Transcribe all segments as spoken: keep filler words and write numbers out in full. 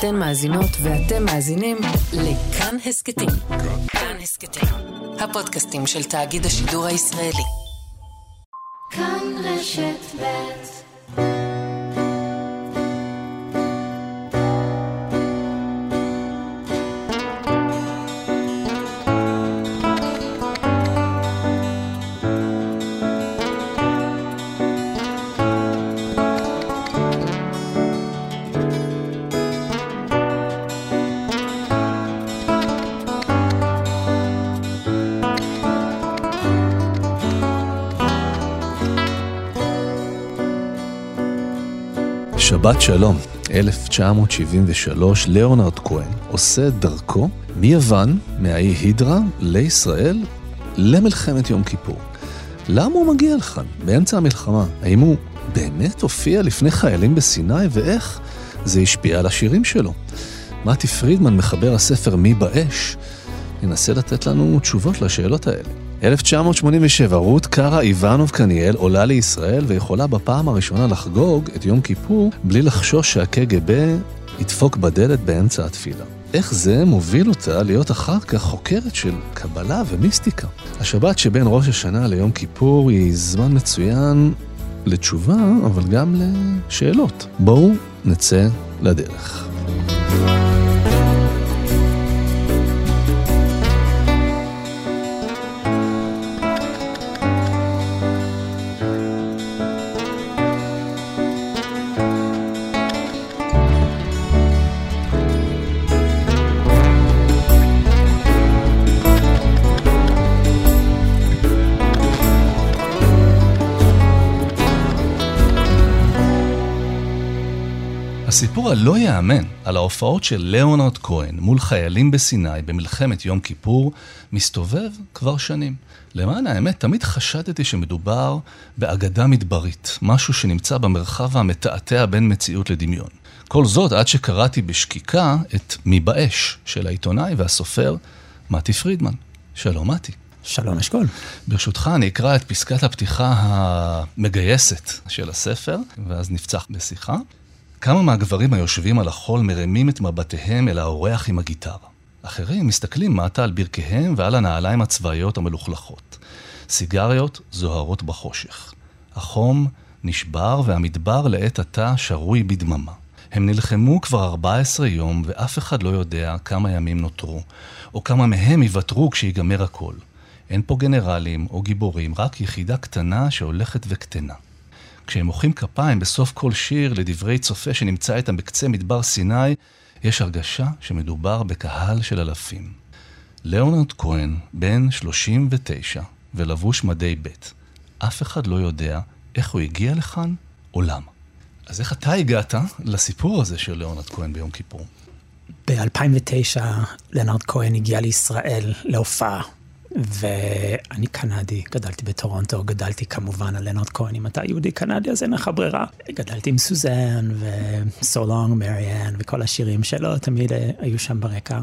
אתן מאזינות ואתם מאזינים לכאן הסקטים. כאן הסקטים, הפודקאסטים של תאגיד השידור הישראלי. כאן רשת ב'. שבת שלום, אלף תשע מאות שבעים ושלוש, ליאונרד כהן עושה דרכו מיוון, מהאי הידרה, לישראל, למלחמת יום כיפור. למה הוא מגיע לכאן, באמצע המלחמה? האם הוא באמת הופיע לפני חיילים בסיני, ואיך זה השפיע על השירים שלו? מתי פרידמן, מחבר הספר מי באש, ינסה לתת לנו תשובות לשאלות האלה. אלף תשע מאות שמונים ושבע, רות קארה איוונוב קניאל עולה לישראל ויכולה בפעם הראשונה לחגוג את יום כיפור בלי לחשוש שהקג"ב ידפוק בדלת באמצע התפילה. איך זה מוביל אותה להיות אחר כך חוקרת של קבלה ומיסטיקה? השבת שבין ראש השנה ליום כיפור היא זמן מצוין לתשובה, אבל גם לשאלות. בואו נצא לדרך. הסיפור הלא יאמן על ההופעות של ליאונרד כהן מול חיילים בסיני במלחמת יום כיפור מסתובב כבר שנים. למען האמת, תמיד חשדתי שמדובר באגדה מדברית, משהו שנמצא במרחב המתעתע בין מציאות לדמיון. כל זאת עד שקראתי בשקיקה את מי באש של העיתונאי והסופר מתי פרידמן. שלום מתי. שלום אשכול. ברשותך אני אקרא את פסקת הפתיחה המגייסת של הספר, ואז נפצח בשיחה. כמה מהגברים היושבים על החול מרמים את מבטיהם אל האורח עם הגיטרה. אחרים מסתכלים מטה על ברכיהם ועל הנעליים הצבאיות המלוכלכות. סיגריות זוהרות בחושך. החום נשבר והמדבר לעת עתה שרוי בדממה. הם נלחמו כבר ארבעה עשר יום ואף אחד לא יודע כמה ימים נותרו, או כמה מהם יוותרו כשיגמר הכל. אין פה גנרלים או גיבורים, רק יחידה קטנה שהולכת וקטנה. כשהם מוחאים כפיים בסוף כל שיר לדברי צופה שנמצא איתם בקצה מדבר סיני, יש הרגשה שמדובר בקהל של אלפים. ליאונרד כהן, בן שלושים ותשע, ולבוש מדי בית. אף אחד לא יודע איך הוא הגיע לכאן או למה. אז איך אתה הגעת לסיפור הזה של ליאונרד כהן ביום כיפור? ב-אלפיים ותשע ליאונרד כהן הגיע לישראל להופעה. ואני קנדי, גדלתי בטורונטו, גדלתי כמובן על ליאונרד כהן. אם אתה יהודי קנדי, אז אין לך ברירה. גדלתי עם סוזן וסולונג, מריאן, וכל השירים שלו תמיד היו שם ברקע.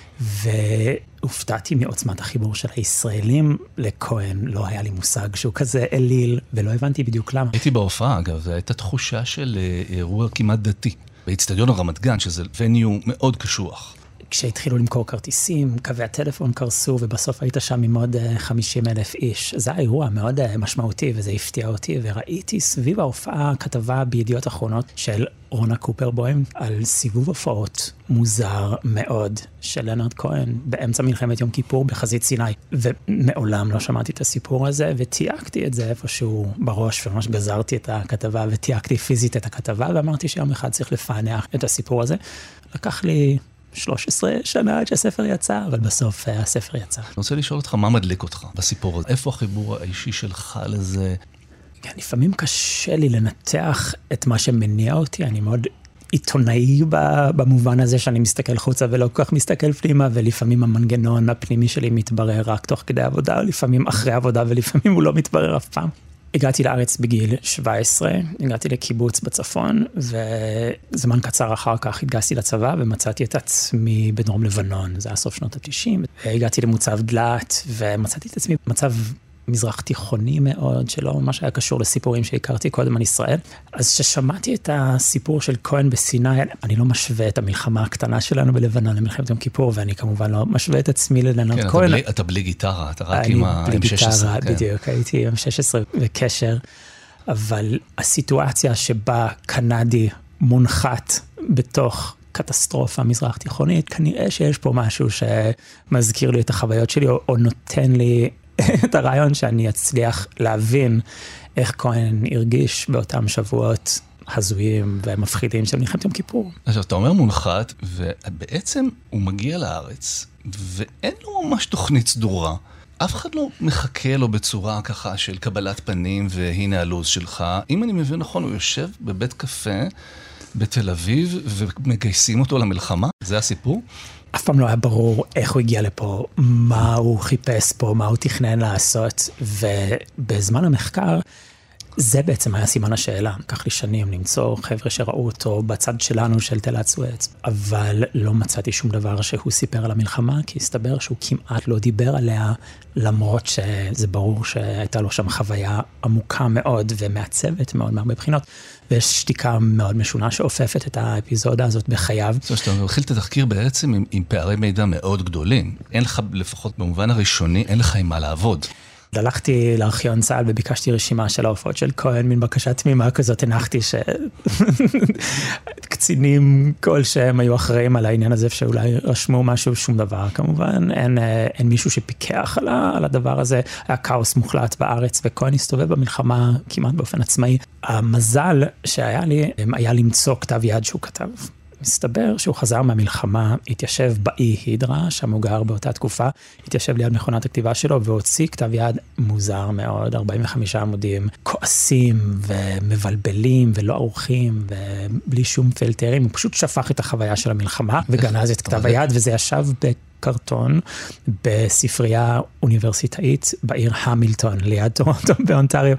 והופתעתי מעוצמת החיבור של הישראלים לכהן. לא היה לי מושג שהוא כזה אליל, ולא הבנתי בדיוק למה. הייתי בהופעה, אגב, והייתה תחושה של אירוע כמעט דתי. באצטדיון הרמת גן, שזה וניו מאוד קשוח. כשהתחילו למכור כרטיסים, קווי הטלפון קרסו, ובסוף היית שם עם עוד חמישים אלף איש. זה היה אירוע מאוד משמעותי, וזה הפתיע אותי, וראיתי סביב ההופעה כתבה בידיעות אחרונות של רונה קופרבוים, על סיבוב הופעות מוזר מאוד של ליאונרד כהן, באמצע מלחמת יום כיפור בחזית סיני. ומעולם לא שמעתי את הסיפור הזה, ותיאקתי את זה איפשהו בראש, וממש גזרתי את הכתבה, ותיאקתי פיזית את הכתבה, ואמרתי שיום אחד צריך לפענח את הסיפור הזה. לקח לי שלוש עשרה שנה עד שהספר יצא, אבל בסוף הספר יצא. אני רוצה לשאול אותך מה מדליק אותך בסיפור הזה. איפה החיבור האישי שלך לזה? לפעמים קשה לי לנתח את מה שמניע אותי. אני מאוד עיתונאי במובן הזה שאני מסתכל חוצה ולא כל כך מסתכל פנימה, ולפעמים המנגנון הפנימי שלי מתברר רק תוך כדי עבודה, או לפעמים אחרי עבודה, ולפעמים הוא לא מתברר אף פעם. הגעתי לארץ בגיל שבע עשרה, הגעתי לקיבוץ בצפון, וזמן קצר אחר כך התגייסתי לצבא, ומצאתי את עצמי בדרום לבנון, זה היה סוף שנות ה-תשעים. הגעתי למוצב דלת, ומצאתי את עצמי במצב מזרח תיכוני מאוד, שלא ממש היה קשור לסיפורים שהכרתי קודם על ישראל. אז ששמעתי את הסיפור של כהן בסיני, אני לא משווה את המלחמה הקטנה שלנו בלבנון למלחמת יום כיפור, ואני כמובן לא משווה את עצמי ללנות כן, כהן. אתה, אתה בלי גיטרה, אתה רק עם ה-אם שש עשרה. אני בלי גיטרה, בדיוק, הייתי עם שש עשרה בקשר, אבל הסיטואציה שבה קנדי מונחת בתוך קטסטרופה מזרח תיכונית, כנראה שיש פה משהו שמזכיר לי את החוויות שלי, או, או נותן לי את הרעיון שאני אצליח להבין איך כהן הרגיש באותם שבועות הזויים ומפחידים של מלחמת יום כיפור. עכשיו, אתה אומר מונחת, ובעצם הוא מגיע לארץ, ואין לו ממש תוכנית סדורה. אף אחד לא מחכה לו בצורה ככה של קבלת פנים, והנה הלוז שלך. אם אני מבין נכון, הוא יושב בבית קפה בתל אביב, ומגייסים אותו למלחמה. זה הסיפור? אף פעם לא היה ברור איך הוא הגיע לפה, מה הוא חיפש פה, מה הוא תכנן לעשות, ובזמן המחקר, זה בעצם היה סימן השאלה. לקח לי שנים למצוא חבר'ה שראו אותו בצד שלנו של תעלת סואץ, אבל לא מצאתי שום דבר שהוא סיפר על המלחמה, כי הסתבר שהוא כמעט לא דיבר עליה, למרות שזה ברור שהייתה לו שם חוויה עמוקה מאוד ומעצבת מאוד מהרבה בחינות, ויש שתיקה מאוד משונה שאופפת את האפיזודה הזאת בחייו. זאת אומרת, אתה מתחיל את התחקיר בעצם עם, עם פערי מידע מאוד גדולים. אין לך, לפחות במובן הראשוני, אין לך עם מה לעבוד. הלכתי לארכיון צה"ל וביקשתי רשימה של ההופעות של כהן, מין בקשה תמימה כזאת, הנחתי שקצינים כלשהם היו אחראים על העניין הזה, שאולי רשמו משהו, שום דבר. כמובן, אין, אין מישהו שפיקח על, על הדבר הזה, היה כאוס מוחלט בארץ, וכהן הסתובב במלחמה כמעט באופן עצמאי. המזל שהיה לי, היה למצוא כתב יד שהוא כתב. מסתבר שהוא חזר מהמלחמה, התיישב באי הידרה, שם הוא גר באותה תקופה, התיישב ליד מכונת הכתיבה שלו, והוציא כתב יד מוזר מאוד, ארבעים וחמישה עמודים, כועסים ומבלבלים ולא ערוכים, ובלי שום פילטרים, הוא פשוט שפך את החוויה של המלחמה, וגנז את כתב היד, וזה ישב בקרטון, בספרייה אוניברסיטאית, בעיר המילטון, ליד טורונטו באונטריו,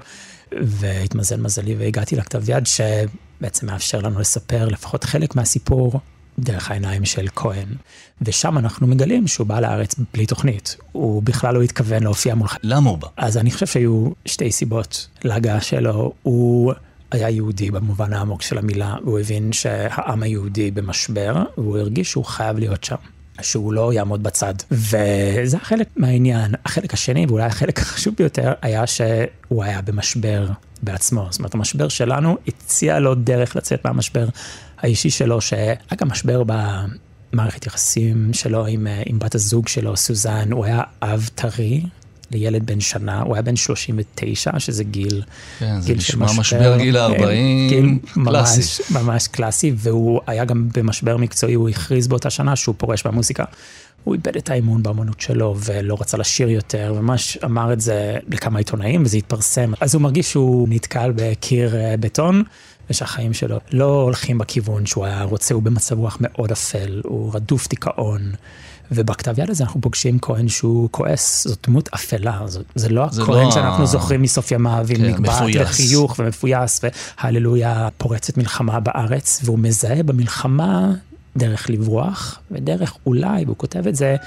והתמזל מזלי, והגעתי לכתב יד ש... בעצם מאפשר לנו לספר לפחות חלק מהסיפור דרך העיניים של כהן. ושם אנחנו מגלים שהוא בא לארץ בלי תוכנית. הוא בכלל לא התכוון להופיע מולך. למה הוא בא? אז אני חושב שהיו שתי סיבות להגעה שלו. הוא היה יהודי במובן העמוק של המילה, והוא הבין שהעם היהודי במשבר, והוא הרגיש שהוא חייב להיות שם. שהוא לא יעמוד בצד. וזה החלק מהעניין. החלק השני, ואולי החלק החשוב ביותר, היה שהוא היה במשבר בעצמו. זאת אומרת, המשבר שלנו הציע לו דרך לצאת מהמשבר האישי שלו, שהיה גם משבר במערכת יחסים שלו עם, עם בת הזוג שלו, סוזן. הוא היה אב טרי לילד בן שנה, הוא היה בן שלושים ותשע, שזה גיל, כן, גיל זה נשמע משבר גיל ארבעים, גיל קלאסי. ממש, ממש קלאסי, והוא היה גם במשבר מקצועי, הוא הכריז באותה שנה שהוא פורש במוזיקה. הוא איבד את האימון באמנות שלו, ולא רצה לשיר יותר, ממש אמר את זה לכמה עיתונאים, וזה התפרסם. אז הוא מרגיש שהוא נתקל בקיר בטון, ושהחיים שלו לא הולכים בכיוון שהוא היה רוצה, הוא במצב רוח מאוד אפל, הוא רדוף דיכאון, ובכתב יד הזה אנחנו פוגשים כהן שהוא כועס, זאת דמות אפלה, זאת, זה לא זה הכהן לא... שאנחנו זוכרים מסוף ימיו, עם כן, נקבעת וחיוך ומפויס, והללויה פורצת מלחמה בארץ, והוא מזהה במלחמה דרך לברוח, ודרך אולי, והוא כותב את זה,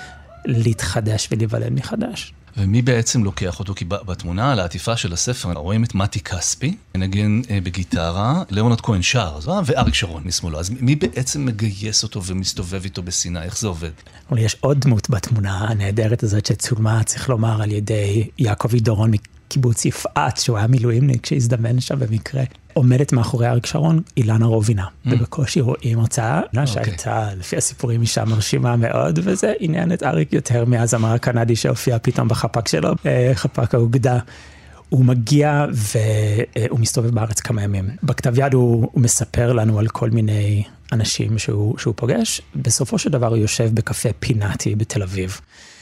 להתחדש ולהיוולד מחדש. ומי בעצם לוקח אותו? כי בתמונה על העטיפה של הספר רואים את מתי כספי, נגן בגיטרה, ליאונרד כהן שר, ואריק שרון משמאלו. אז מי בעצם מגייס אותו ומסתובב איתו בסיני? איך זה עובד? אבל יש עוד דמות בתמונה הנהדרת הזאת שצולמה, צריך לומר, על ידי יעקב דורון מקיבוץ יפעת, שהוא היה מילואימניק שהזדמן שם במקרה. עומדת מאחורי אריק שרון, אילנה רובינה, mm. ובקושי רואים אותה, okay. שהייתה לפי הסיפורים אישה מרשימה מאוד, וזה עניין את אריק יותר מהזמר הקנדי שהופיע פתאום בחפק שלו, חפק האוגדה. הוא מגיע והוא מסתובב בארץ כמה ימים. בכתב יד הוא, הוא מספר לנו על כל מיני אנשים שהוא, שהוא פוגש. בסופו של דבר הוא יושב בקפה פינאטי בתל אביב.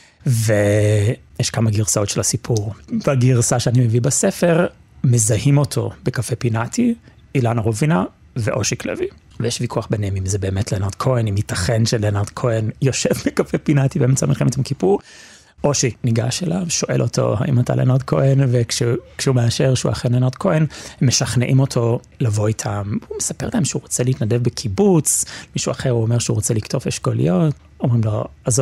ויש כמה גרסאות של הסיפור. בגרסה שאני מביא בספר, מזהים אותו בקפה פינאטי, אילנה רובינה ואושיק לוי. ויש ויכוח ביניהם אם זה באמת לנרד כהן, אם ייתכן שלנרד כהן יושב בקפה פינאטי באמצע מלחמת יום כיפור. אושי ניגש אליו, שואל אותו האם אתה לנרד כהן, וכשהוא מאשר שהוא אכן לנרד כהן, הם משכנעים אותו לבוא איתם. הוא מספר להם שהוא רוצה להתנדב בקיבוץ, מישהו אחר הוא אומר שהוא רוצה לקטוף אשכוליות. אומרים לו, עזוב,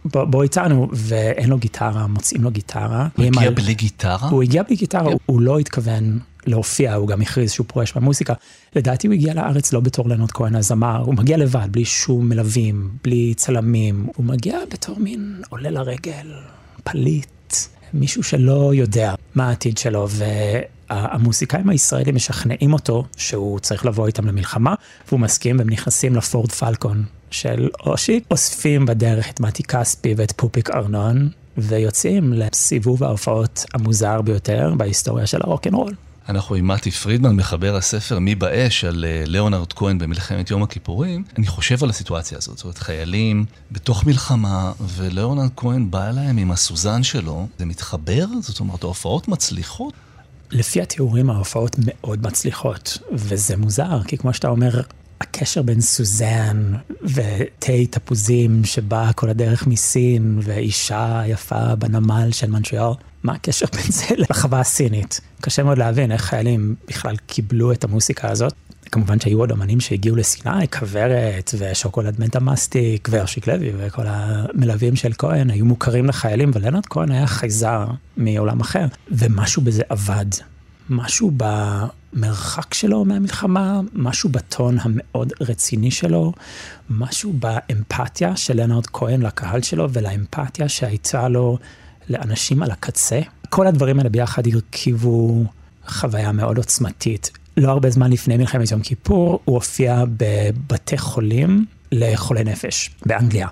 בוא איתנו, ואין לו גיטרה, מוצאים לו גיטרה. הוא הגיע בלי גיטרה? הוא הגיע בלי גיטרה, הוא לא התכוון להופיע, הוא גם הכריז שהוא פורש במוזיקה. לדעתי הוא הגיע לארץ לא בתור לנוד כהן הזמר, הוא מגיע לבד, בלי שום מלווים, בלי צלמים. הוא מגיע בתור מין עולה לרגל, פליט, מישהו שלא יודע מה העתיד שלו, והמוזיקאים הישראלים משכנעים אותו שהוא צריך לבוא איתם למלחמה, והוא מסכים והם נכנסים לפורד פלקון של אושי, אוספים בדרך את מתי כספי ואת פופיק ארנון, ויוצאים לסיבוב ההופעות המוזר ביותר בהיסטוריה של הרוק'נ'רול. אנחנו עם מתי פרידמן, מחבר הספר מי באש על ליאונרד כהן במלחמת יום הכיפורים. אני חושב על הסיטואציה הזאת, זאת אומרת, חיילים בתוך מלחמה, וליאונרד כהן בא אליהם עם הסוזן שלו, זה מתחבר? זאת אומרת, ההופעות מצליחות? לפי התיאורים, ההופעות מאוד מצליחות, וזה מוזר, כי כמו שאתה אומר, הקשר בין סוזן ותה תפוזים שבא כל הדרך מסין, ואישה יפה בנמל של מונטריאול, מה הקשר בין זה לחווה הסינית? קשה מאוד להבין איך חיילים בכלל קיבלו את המוסיקה הזאת. כמובן שהיו עוד אמנים שהגיעו לסיני, כברת ושוקולד מנטה מסטיק וארשיק לוי וכל המלווים של כהן היו מוכרים לחיילים, ולנרד כהן היה חייזר מעולם אחר, ומשהו בזה עבד. משהו במרחק שלו מהמלחמה, משהו בטון המאוד רציני שלו, משהו באמפתיה של לנרד כהן לקהל שלו, ולאמפתיה שהייתה לו לאנשים על הקצה. כל הדברים האלה ביחד הרכיבו חוויה מאוד עוצמתית. לא הרבה זמן לפני מלחמת יום כיפור, הוא הופיע בבתי חולים לחולי נפש באנגליה.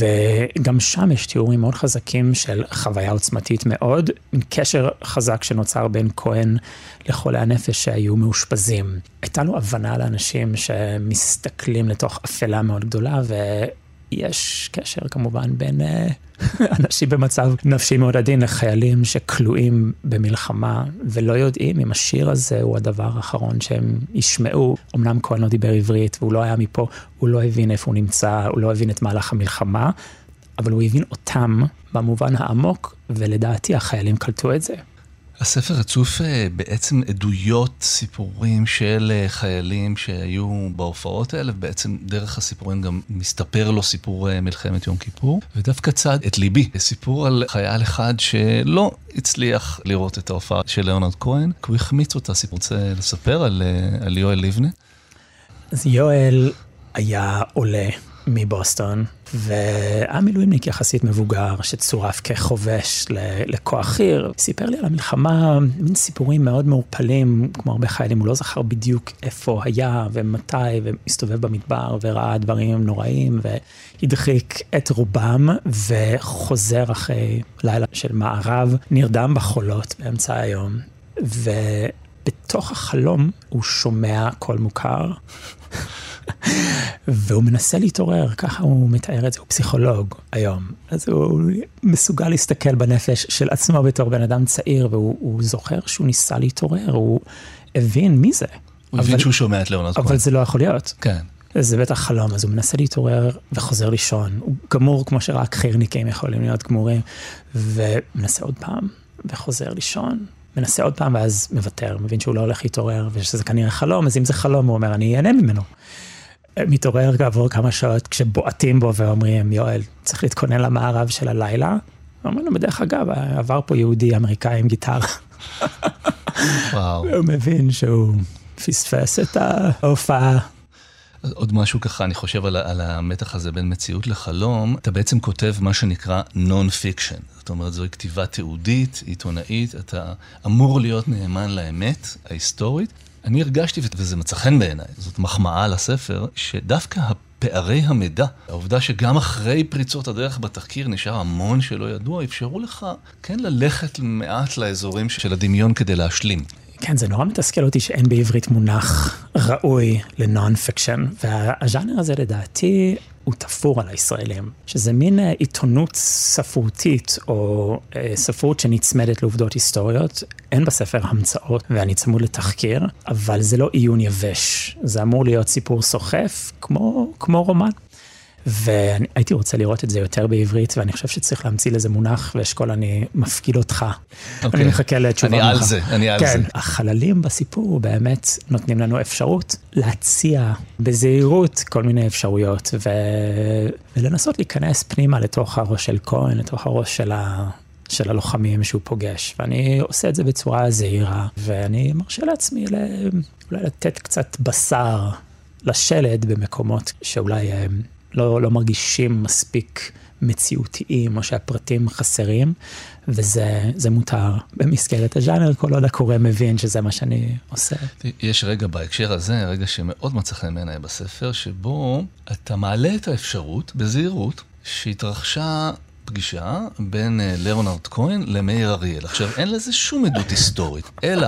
וגם שם יש תיאורים מאוד חזקים של חוויה עוצמתית מאוד, קשר חזק שנוצר בין כהן לחולי הנפש שהיו מאושפזים. הייתה לו הבנה לאנשים שמסתכלים לתוך אפלה מאוד גדולה, ויש קשר כמובן בין אנשים במצב נפשי מאוד עדין לחיילים שכלואים במלחמה, ולא יודעים אם השיר הזה הוא הדבר האחרון שהם ישמעו. אמנם כהן לא דיבר עברית, והוא לא היה מפה, הוא לא הבין איפה הוא נמצא, הוא לא הבין את מהלך המלחמה, אבל הוא הבין אותם במובן העמוק, ולדעתי החיילים קלטו את זה. הספר רצוף בעצם עדויות, סיפורים של חיילים שהיו בהופעות האלה, ובעצם דרך הסיפורים גם מסתפר לו סיפור מלחמת יום כיפור, ודווקא צד את ליבי, סיפור על חייל אחד שלא הצליח לראות את ההופעה של ליאונרד כהן, כי הוא החמיץ אותה. סיפור רוצה לספר על, על יואל ליבנה? אז יואל היה עולה מבוסטון, והיה מילואימניק יחסית מבוגר, שצורף כחובש לכוח חי"ר. סיפר לי על המלחמה, מין סיפורים מאוד מעורפלים, כמו הרבה חיילים, הוא לא זכר בדיוק איפה היה ומתי, והסתובב במדבר וראה דברים נוראים, והדחיק את רובם, וחוזר אחרי לילה של מערב, נרדם בחולות באמצע היום, ובתוך החלום הוא שומע קול מוכר, והוא מנסה להתעורר, ככה הוא מתאר את זה, הוא פסיכולוג היום, אז הוא מסוגל להסתכל בנפש של עצמו בתור בן אדם צעיר, והוא זוכר שהוא ניסה להתעורר, הוא הבין מי זה. הוא הבין שהוא שומע את ליאונרד כהן. אבל זה לא יכול להיות. כן. זה בטח חלום, אז הוא מנסה להתעורר וחוזר לישון, הוא גמור כמו שרק חי"רניקים יכולים להיות גמורים, ומנסה עוד פעם, וחוזר לישון. מנסה עוד פעם, ואז מוותר, מבין שהוא לא הולך להתעורר, ושזה כנראה חלום, אז אם זה חלום, הוא אומר, אני אענה ממנו. מתעורר כעבור כמה שעות, כשבועטים בו ואומרים, יואל, צריך להתכונן למערב של הלילה. הוא אומר לו, בדרך אגב, עבר פה יהודי אמריקאי עם גיטרה. וואו. והוא מבין שהוא פספס את ההופעה. עוד משהו ככה, אני חושב על, על המתח הזה בין מציאות לחלום, אתה בעצם כותב מה שנקרא נון-פיקשן. זאת אומרת, זוהי כתיבה תיעודית, עיתונאית, אתה אמור להיות נאמן לאמת ההיסטורית. אני הרגשתי, וזה מצא חן בעיניי, זאת מחמאה לספר, שדווקא פערי המידע, העובדה שגם אחרי פריצות הדרך בתחקיר נשאר המון שלא ידוע, אפשרו לך כן ללכת מעט לאזורים של הדמיון כדי להשלים. כן, זה נורא מתסכל אותי שאין בעברית מונח ראוי לנון-פיקשן, והז'אנר הזה לדעתי הוא תפור על הישראלים, שזה מין עיתונות ספרותית או ספרות שנצמדת לעובדות היסטוריות, אין בספר המצאות ואני צמוד לתחקיר, אבל זה לא עיון יבש, זה אמור להיות סיפור סוחף כמו, כמו רומן. והייתי רוצה לראות את זה יותר בעברית, ואני חושב שצריך להמציא לזה מונח, ואשכול אני מפקיד אותך. Okay. אני מחכה לתשובה אני ממך. על זה, אני על כן, זה. החללים בסיפור באמת נותנים לנו אפשרות להציע בזהירות כל מיני אפשרויות, ו... ולנסות להיכנס פנימה לתוך הראש של כהן, לתוך הראש של ה... של הלוחמים שהוא פוגש, ואני עושה את זה בצורה זהירה, ואני מרשה לעצמי ל... אולי לתת קצת בשר לשלד במקומות שאולי הם לא, לא מרגישים מספיק מציאותיים, או שהפרטים חסרים, וזה זה מותר במסגרת הז'אנר, כל עוד הקורא מבין שזה מה שאני עושה. יש רגע בהקשר הזה, רגע שמאוד מצא חן בעיניי בספר, שבו אתה מעלה את האפשרות, בזהירות, שהתרחשה פגישה בין ליאונרד כהן למאיר אריאל. עכשיו, אין לזה שום עדות היסטורית, אלא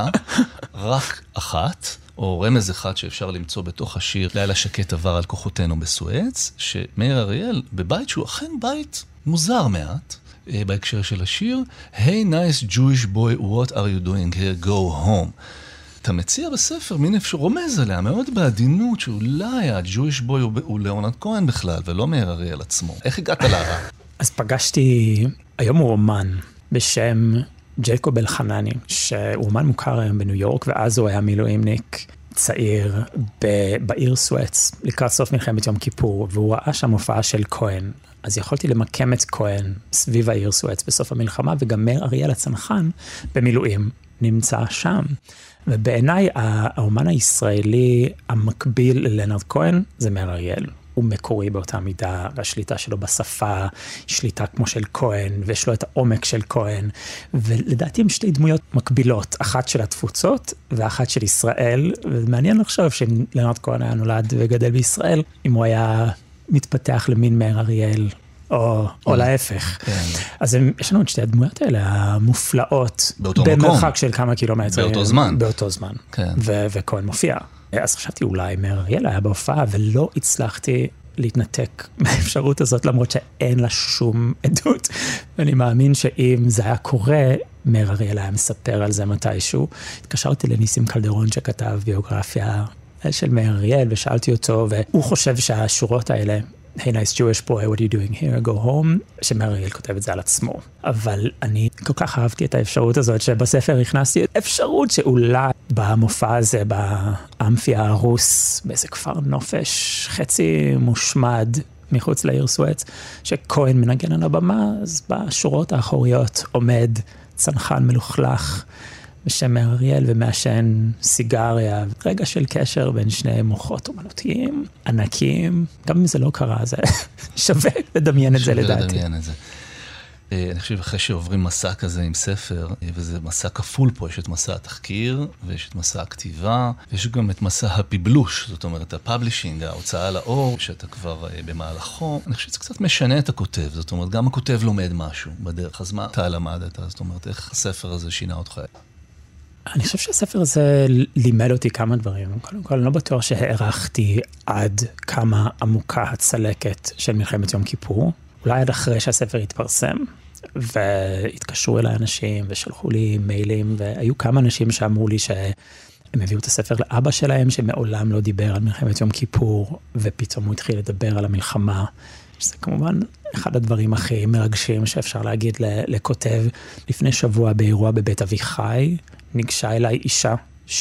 רק אחת, או רמז אחד שאפשר למצוא בתוך השיר לילה שקט עבר על כוחותינו בסואץ, שמאיר אריאל בבית שהוא אכן בית מוזר מעט, בהקשר של השיר, Hey nice Jewish boy, what are you doing here, go home. אתה מציע בספר מין אפשר רומז עליה מאוד בעדינות שאולי ה-Jewish boy הוא, הוא ליאונרד כהן בכלל, ולא מאיר אריאל עצמו. איך הגעת להרע? אז פגשתי, היום הוא אומן בשם ג'ייקוב אלחנני, שהוא אומן מוכר היום בניו יורק, ואז הוא היה מילואימניק צעיר בעיר סואץ, לקראת סוף מלחמת יום כיפור, והוא ראה שם הופעה של כהן. אז יכולתי למקם את כהן סביב העיר סואץ בסוף המלחמה, וגם מאיר אריאל הצנחן במילואים נמצא שם. ובעיניי האומן הישראלי המקביל ללנרד כהן זה מאיר אריאל. הוא מקורי באותה מידה, והשליטה שלו בשפה, שליטה כמו של כהן, ויש לו את העומק של כהן, ולדעתי הם שתי דמויות מקבילות, אחת של התפוצות, ואחת של ישראל, ומעניין לחשוב שלנרד כהן היה נולד וגדל בישראל, אם הוא היה מתפתח למין מאיר אריאל, או, או להפך. כן. אז הם, יש לנו את שתי הדמויות האלה, המופלאות, במרחק של כמה קילומטרים. באותו זמן. באותו זמן. כן. ו- וכהן מופיע. אז חשבתי אולי מאיר אריאל היה בהופעה, ולא הצלחתי להתנתק מהאפשרות הזאת, למרות שאין לה שום עדות. ואני מאמין שאם זה היה קורה, מאיר אריאל היה מספר על זה מתישהו. התקשרתי לניסים קלדרון שכתב ביוגרפיה של מאיר אריאל, ושאלתי אותו, והוא חושב שהשורות האלה, Hey nice Jewish boy, what are you doing here, go home, שמאיר אריאל כותב את זה על עצמו. אבל אני כל כך אהבתי את האפשרות הזאת, שבספר הכנסתי אפשרות שאולי במופע הזה, באמפי הרוס, באיזה כפר נופש, חצי מושמד מחוץ לעיר סואץ, שכהן מנגן על הבמה, אז בשורות האחוריות עומד צנחן מלוכלך, בשם מאיר אריאל, ומעשן סיגריה, רגע של קשר בין שני מוחות אומנותיים, ענקיים, גם אם זה לא קרה, זה שווה לדמיין את זה לדעתי. שווה לדמיין את זה. אני חושב אחרי שעוברים מסע כזה עם ספר, וזה מסע כפול פה, יש את מסע התחקיר, ויש את מסע הכתיבה, ויש גם את מסע הפיבלוש, זאת אומרת, הפאבלישינג, ההוצאה לאור, שאתה כבר במהלכו. אני חושב שזה קצת משנה את הכותב, זאת אומרת, גם הכותב לומד משהו בדרך, אז מה אתה למדת? זאת אומרת, איך הספר הזה שינה אותך? אני חושב שהספר הזה לימד אותי כמה דברים. קודם כל, אני לא בטוח שהערכתי עד כמה עמוקה הצלקת של מלחמת יום כיפור. אולי עד אחרי שהספר התפרסם, והתקשרו אליי אנשים ושלחו לי מיילים, והיו כמה אנשים שאמרו לי שהם הביאו את הספר לאבא שלהם, שמעולם לא דיבר על מלחמת יום כיפור, ופתאום הוא התחיל לדבר על המלחמה, שזה כמובן אחד הדברים הכי מרגשים שאפשר להגיד לכותב. לפני שבוע באירוע בבית אביחי, ניגשה אליי אישה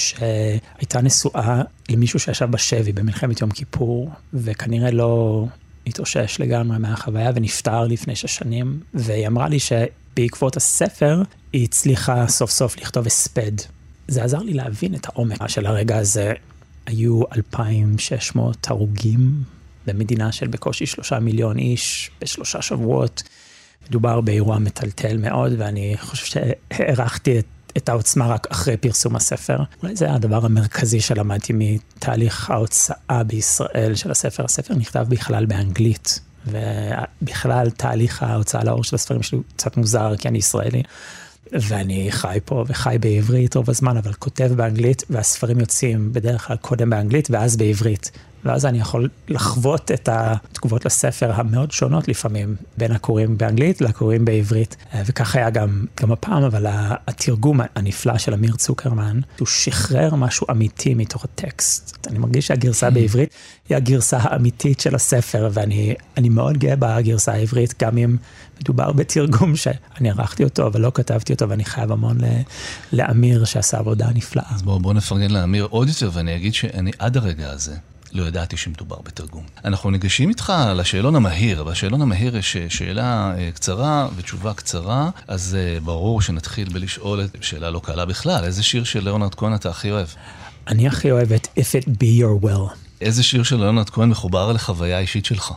שהייתה נשואה למישהו שישב בשבי במלחמת יום כיפור, וכנראה לא התאושש לגמרי מהחוויה ונפטר לפני שש שנים, והיא אמרה לי שבעקבות הספר היא הצליחה סוף סוף לכתוב הספד. זה עזר לי להבין את העומק של הרגע הזה. היו אלפיים ושש מאות הרוגים במדינה של בקושי שלושה מיליון איש בשלושה שבועות. מדובר באירוע מטלטל מאוד, ואני חושב שהערכתי את את העוצמה רק אחרי פרסום הספר. אולי זה הדבר המרכזי שלמדתי מתהליך ההוצאה בישראל של הספר. הספר נכתב בכלל באנגלית, ובכלל תהליך ההוצאה לאור של הספרים שלי קצת מוזר, כי אני ישראלי, ואני חי פה וחי בעברית רוב הזמן, אבל כותב באנגלית, והספרים יוצאים בדרך כלל קודם באנגלית ואז בעברית. ואז אני יכול לחוות את התגובות לספר המאוד שונות לפעמים, בין הקוראים באנגלית לקוראים בעברית, וכך היה גם, גם הפעם, אבל התרגום הנפלא של אמיר צוקרמן, הוא שחרר משהו אמיתי מתוך הטקסט. אני מרגיש שהגרסה בעברית היא הגרסה האמיתית של הספר, ואני אני מאוד גאה בגרסה העברית, גם אם מדובר בתרגום שאני ערכתי אותו, אבל לא כתבתי אותו, ואני חייב המון לאמיר שעשה עבודה נפלאה. אז בואו בוא נפרגן לאמיר עוד יותר, ואני אגיד שאני עד הרגע הזה, לא ידעתי שמדובר בתרגום. אנחנו ניגשים איתך לשאלון המהיר, בשאלון המהיר יש שאלה קצרה ותשובה קצרה, אז ברור שנתחיל בלשאול את שאלה לא קלה בכלל. איזה שיר של ליאונרד כהן אתה הכי אוהב? אני הכי אוהב את If It Be Your Will. איזה שיר של ליאונרד כהן מחובר לחוויה האישית שלך?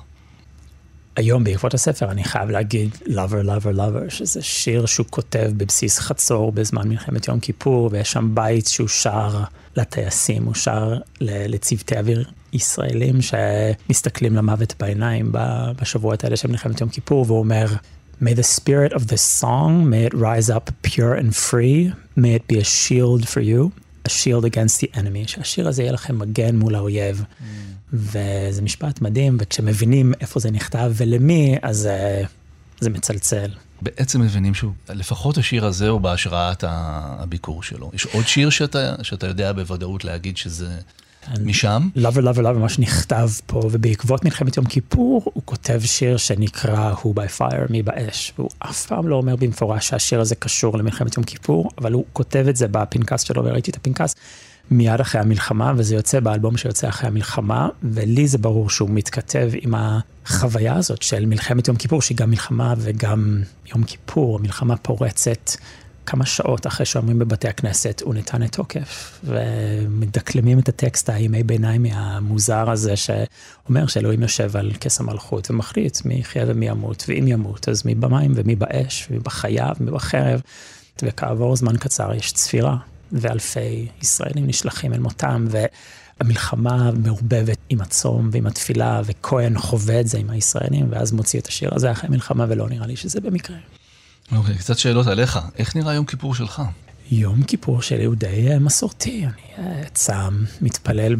היום בעקבות הספר אני חייב להגיד Lover, Lover, Lover, שזה שיר שהוא כותב בבסיס חצור בזמן מלחמת יום כיפור, ויש שם בית שהוא שר לטייסים, הוא שר לצוותי אוויר ישראלים שמסתכלים למוות בעיניים בשבועות האלה של מלחמת יום כיפור, והוא אומר, May the spirit of this song, may it rise up pure and free, may it be a shield for you, a shield against the enemy, שהשיר הזה יהיה לכם מגן מול האויב. Mm. וזה משפט מדהים, וכשמבינים איפה זה נכתב ולמי, אז uh, זה מצלצל. בעצם מבינים שהוא, לפחות השיר הזה הוא בהשראת הביקור שלו. יש עוד שיר שאתה, שאתה יודע בוודאות להגיד שזה משם? Lover, Lover, Lover, מה שנכתב פה, ובעקבות מלחמת יום כיפור, הוא כותב שיר שנקרא Who by Fire, מי באש, והוא אף פעם לא אומר במפורש שהשיר הזה קשור למלחמת יום כיפור, אבל הוא כותב את זה בפנקס שלו, וראיתי את הפנקס מיד אחרי המלחמה, וזה יוצא באלבום שיוצא אחרי המלחמה, ולי זה ברור שהוא מתכתב עם החוויה הזאת של מלחמת יום כיפור, שהיא גם מלחמה וגם יום כיפור, מלחמה פורצת, כמה שעות אחרי שאומרים בבתי הכנסת, הוא נתן את תוקף, ומדקלמים את הטקסט הימי ביניים המוזר הזה, שאומר שאלוהים יושב על כס המלכות, ומחליט מי יחיה ומי ימות, ואם ימות, אז מי במים ומי באש, ומי בחיה ומי בחרב, וכעבור זמן קצר יש צפירה, ואלפי ישראלים נשלחים אל מותם, והמלחמה מעורבבת עם הצום ועם התפילה, וכהן חווה את זה עם הישראלים, ואז מוציא את השיר הזה אחרי מלחמה, ולא נראה לי שזה במקרה. אוקיי, קצת שאלות עליך. איך נראה יום כיפור שלך? יום כיפור שלי הוא די מסורתי. אני צם, מתפלל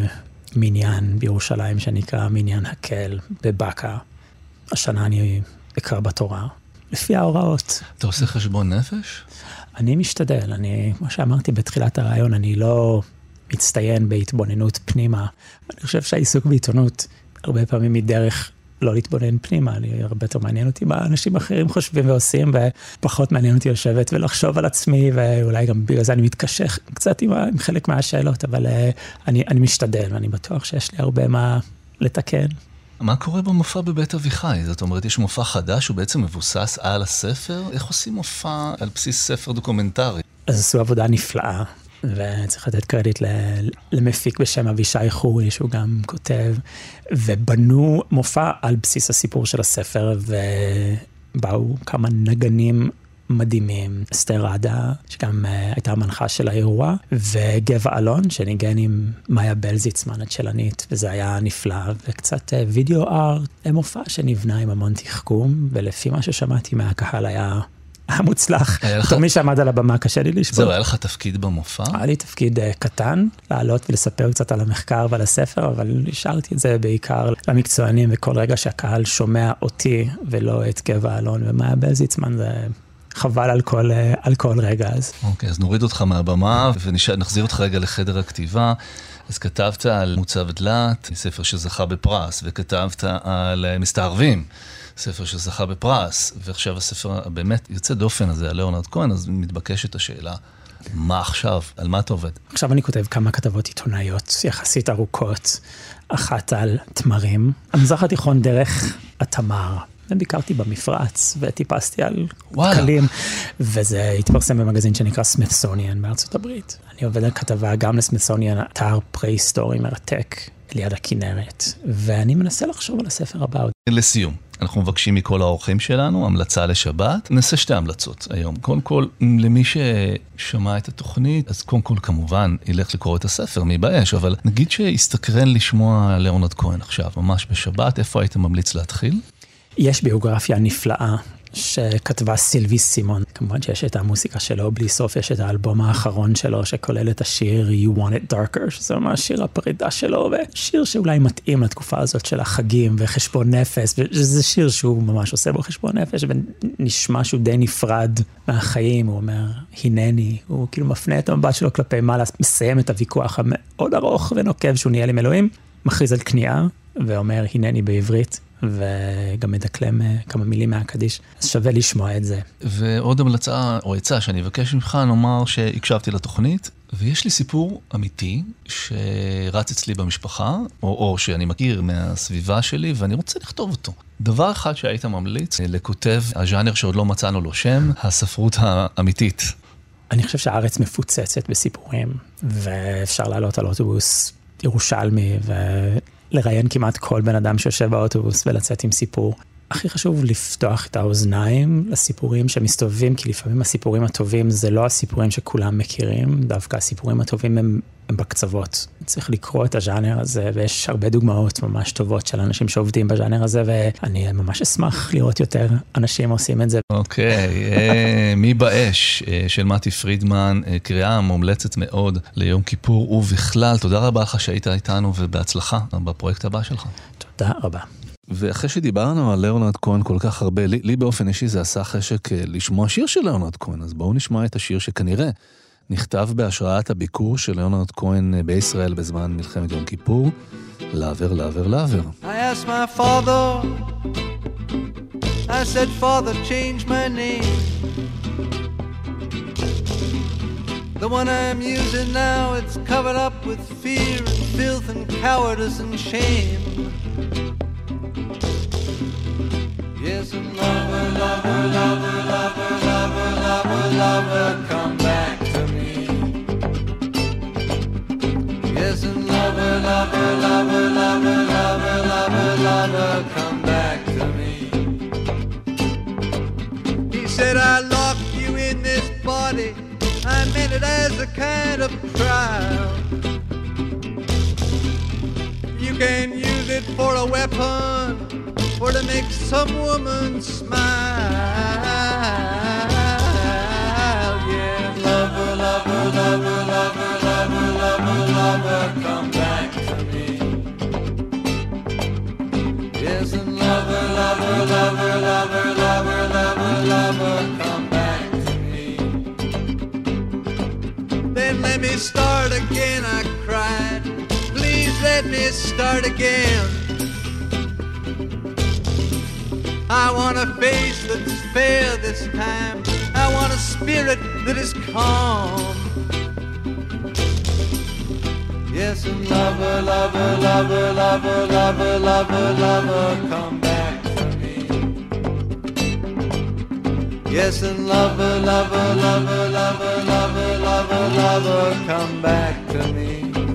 במניין בירושלים, שנקרא מניין הקל, בבקה. השנה אני אקרא בתורה, לפי ההוראות. אתה עושה חשבון נפש? אני משתדל. אני, כמו שאמרתי בתחילת הרעיון, אני לא מצטיין בהתבוננות פנימה. אני חושב שהעיסוק בעיתונות, הרבה פעמים מדרך לא להתבונן פנימה, אני הרבה יותר מעניין אותי מה אנשים אחרים חושבים ועושים, ופחות מעניין אותי לשבת ולחשוב על עצמי, ואולי גם בגלל זה אני מתקשח קצת עם, עם חלק מהשאלות, אבל uh, אני, אני משתדל, ואני בטוח שיש לי הרבה מה לתקן. מה קורה במופע בבית אביחי? זאת אומרת, יש מופע חדש, הוא בעצם מבוסס על הספר? איך עושים מופע על בסיס ספר דוקומנטרי? אז עשו עבודה נפלאה, וצריך לתת קרדיט למפיק בשם אבישי חורי, שהוא גם כותב, ובנו מופע על בסיס הסיפור של הספר, ובאו כמה נגנים מדהימים, אסתר עדה, שגם הייתה המנחה של האירוע, וגבע אלון, שניגן עם מאיה בלזיצמן, הצ'לנית, וזה היה נפלא, וקצת וידאו ארט, מופע שנבנה עם המון תחכום, ולפי מה ששמעתי מהקהל היה המוצלח. אותו מי שעמד על הבמה, קשה לי לשפוט. זהו, היה לך תפקיד במופע? היה לי תפקיד קטן, לעלות ולספר קצת על המחקר ועל הספר, אבל השארתי את זה בעיקר למקצוענים, וכל רגע שהקהל שומע אותי, ולא את גבע אלון ומאיה בלזיצמן, זה חבל על כל, על כל רגע אז. אוקיי, אז נוריד אותך מהבמה, ונחזיר אותך רגע לחדר הכתיבה. אז כתבת על מוצב דלת, ספר שזכה בפרס, וכתבת על מסתערבים, ספר שזכה בפרס, ועכשיו הספר באמת יוצא דופן הזה, על ליאונרד כהן, אז מתבקשת השאלה, מה עכשיו? על מה אתה עובד? עכשיו אני כותב כמה כתבות עיתונאיות יחסית ארוכות, אחת על תמרים, המזרח התיכון דרך התמר, וביקרתי במפרץ, וטיפסתי על קלים, וזה התפרסם במגזין שנקרא סמית'סוניאן בארצות הברית. אני עובד על כתבה גם לסמית'סוניאן, אתר פרה-היסטורי מרתק, ליד הכנרת, ואני מנסה לחשוב על הספר הבא. לסיום, אנחנו מבקשים מכל האורחים שלנו, המלצה לשבת. נעשה שתי המלצות היום. קודם כל, למי ששמע את התוכנית, אז קודם כל כמובן ילך לקרוא את הספר, מי באש, אבל נגיד שיסתקרן לשמוע ליאונרד כהן עכשיו, ממש בשבת, איפה היית ממליץ להתחיל? יש ביוגרפיה נפלאה שכתבה סילבי סימון. כמובן שיש את המוסיקה שלו, בלי סוף יש את האלבום האחרון שלו, שכולל את השיר You Want It Darker, שזה ממש שיר הפרידה שלו, ושיר שאולי מתאים לתקופה הזאת של החגים וחשבון נפש, וזה שיר שהוא ממש עושה בו חשבון נפש, ונשמע שהוא די נפרד מהחיים, הוא אומר, הנני, הוא כאילו מפנה את המבט שלו כלפי מעלה, מסיים את הוויכוח המאוד ארוך ונוקב שהוא נהיה עם אלוהים, מכריז על כניעה, ואומר הנני בעברית, וגם מדקלם כמה מילים מהקדיש, אז שווה לשמוע את זה. ועוד המלצה או עצה שאני אבקש ממך, נאמר שהקשבתי לתוכנית, ויש לי סיפור אמיתי שרץ אצלי במשפחה, או, או שאני מכיר מהסביבה שלי, ואני רוצה לכתוב אותו. דבר אחד שהיית ממליץ לכותב הז'אנר שעוד לא מצאנו לו שם, הספרות האמיתית. אני חושב שהארץ מפוצצת בסיפורים, ואפשר לעלות על אוטובוס ירושלמי, ולראיין כמעט כל בן אדם שיושב באוטובוס ולצאת עם סיפור. הכי חשוב לפתוח את האוזניים לסיפורים שמסתובבים, כי לפעמים הסיפורים הטובים זה לא הסיפורים שכולם מכירים, דווקא הסיפורים הטובים הם, הם בקצוות. צריך לקרוא את הז'אנר הזה, ויש הרבה דוגמאות ממש טובות של אנשים שעובדים בז'אנר הזה, ואני ממש אשמח לראות יותר אנשים עושים את זה. אוקיי, מי באש של מתי פרידמן, קריאה מומלצת מאוד ליום כיפור, ובכלל, תודה רבה לך שהיית איתנו, ובהצלחה בפרויקט הבא שלך. תודה רבה. ואחרי שדיברנו על ליאונרד כהן כל כך הרבה, לי, לי באופן אישי זה עשה חשק לשמוע שיר של ליאונרד כהן, אז בואו נשמע את השיר שכנראה נכתב בהשראת הביקור של ליאונרד כהן בישראל בזמן מלחמת יום כיפור, לעבר, לעבר, לעבר. I asked my father, I said, Father, change my name. The one I'm using now, it's covered up with fear and filth and cowardice and shame. Yes, and lover, lover, lover, lover, lover, lover, lover, come back to me. Yes, and lover, lover, lover, lover, lover, lover, lover, come back to me. He said, I locked you in this body, I meant it as a kind of trial. You can use it for a weapon, or to make some woman smile. Yeah, lover, lover, lover, lover, lover, lover, lover, come back to me. Yes, and lover, lover, lover, lover, lover, lover, lover, come back to me. Then let me start again, I cried. Please let me start again. I want a face that's fair this time. I want a spirit that is calm. Yes, and lover, lover, lover, lover, lover, lover, lover, come back to me. Yes, and lover, lover, lover, lover, lover, lover, lover, come back to me.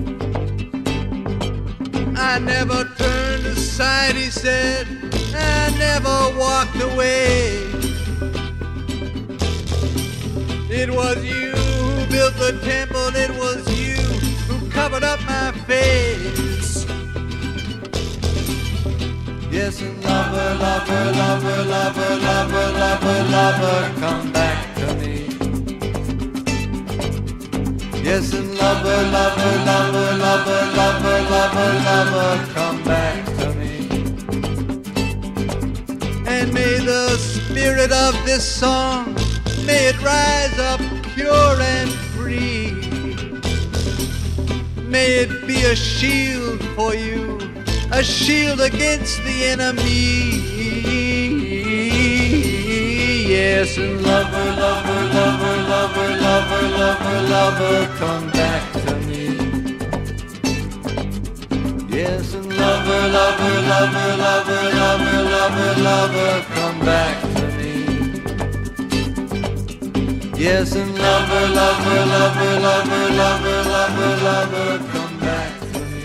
I never turned aside, he said. I never walked away. It was you who built the temple. It was you who covered up my face. Yes, and lover, lover, lover, lover, lover, lover, lover, come back to me. Yes, and lover, lover, lover, lover, lover, lover, lover, come back to me. And may the spirit of this song, may it rise up pure and free. May it be a shield for you, a shield against the enemy. Yes, and lover, lover, lover, lover, lover, lover, lover, come back to me. Yes, and lover, lover, lover, lover, lover, lover, lover, come back to me. Yes, and lover, lover, lover, lover, lover, lover, lover, come back to me.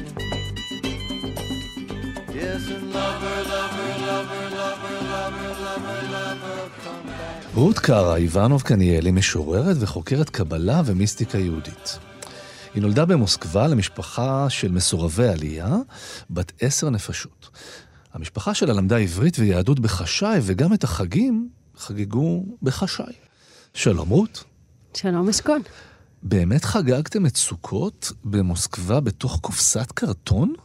Yes, and lover, lover, lover, lover, lover, lover, lover, come back. רות קארה איוונוב קניאלי משוררת וחוקרת קבלה ומיסטיקה יהודית. היא נולדה במוסקבה למשפחה של מסורבי עלייה, בת עשר נפשות. המשפחה שלה למדה עברית ויהדות בחשאי, וגם את החגים חגגו בחשאי. שלום רות. שלום אשכול. באמת חגגתם את סוכות במוסקבה בתוך קופסת קרטון?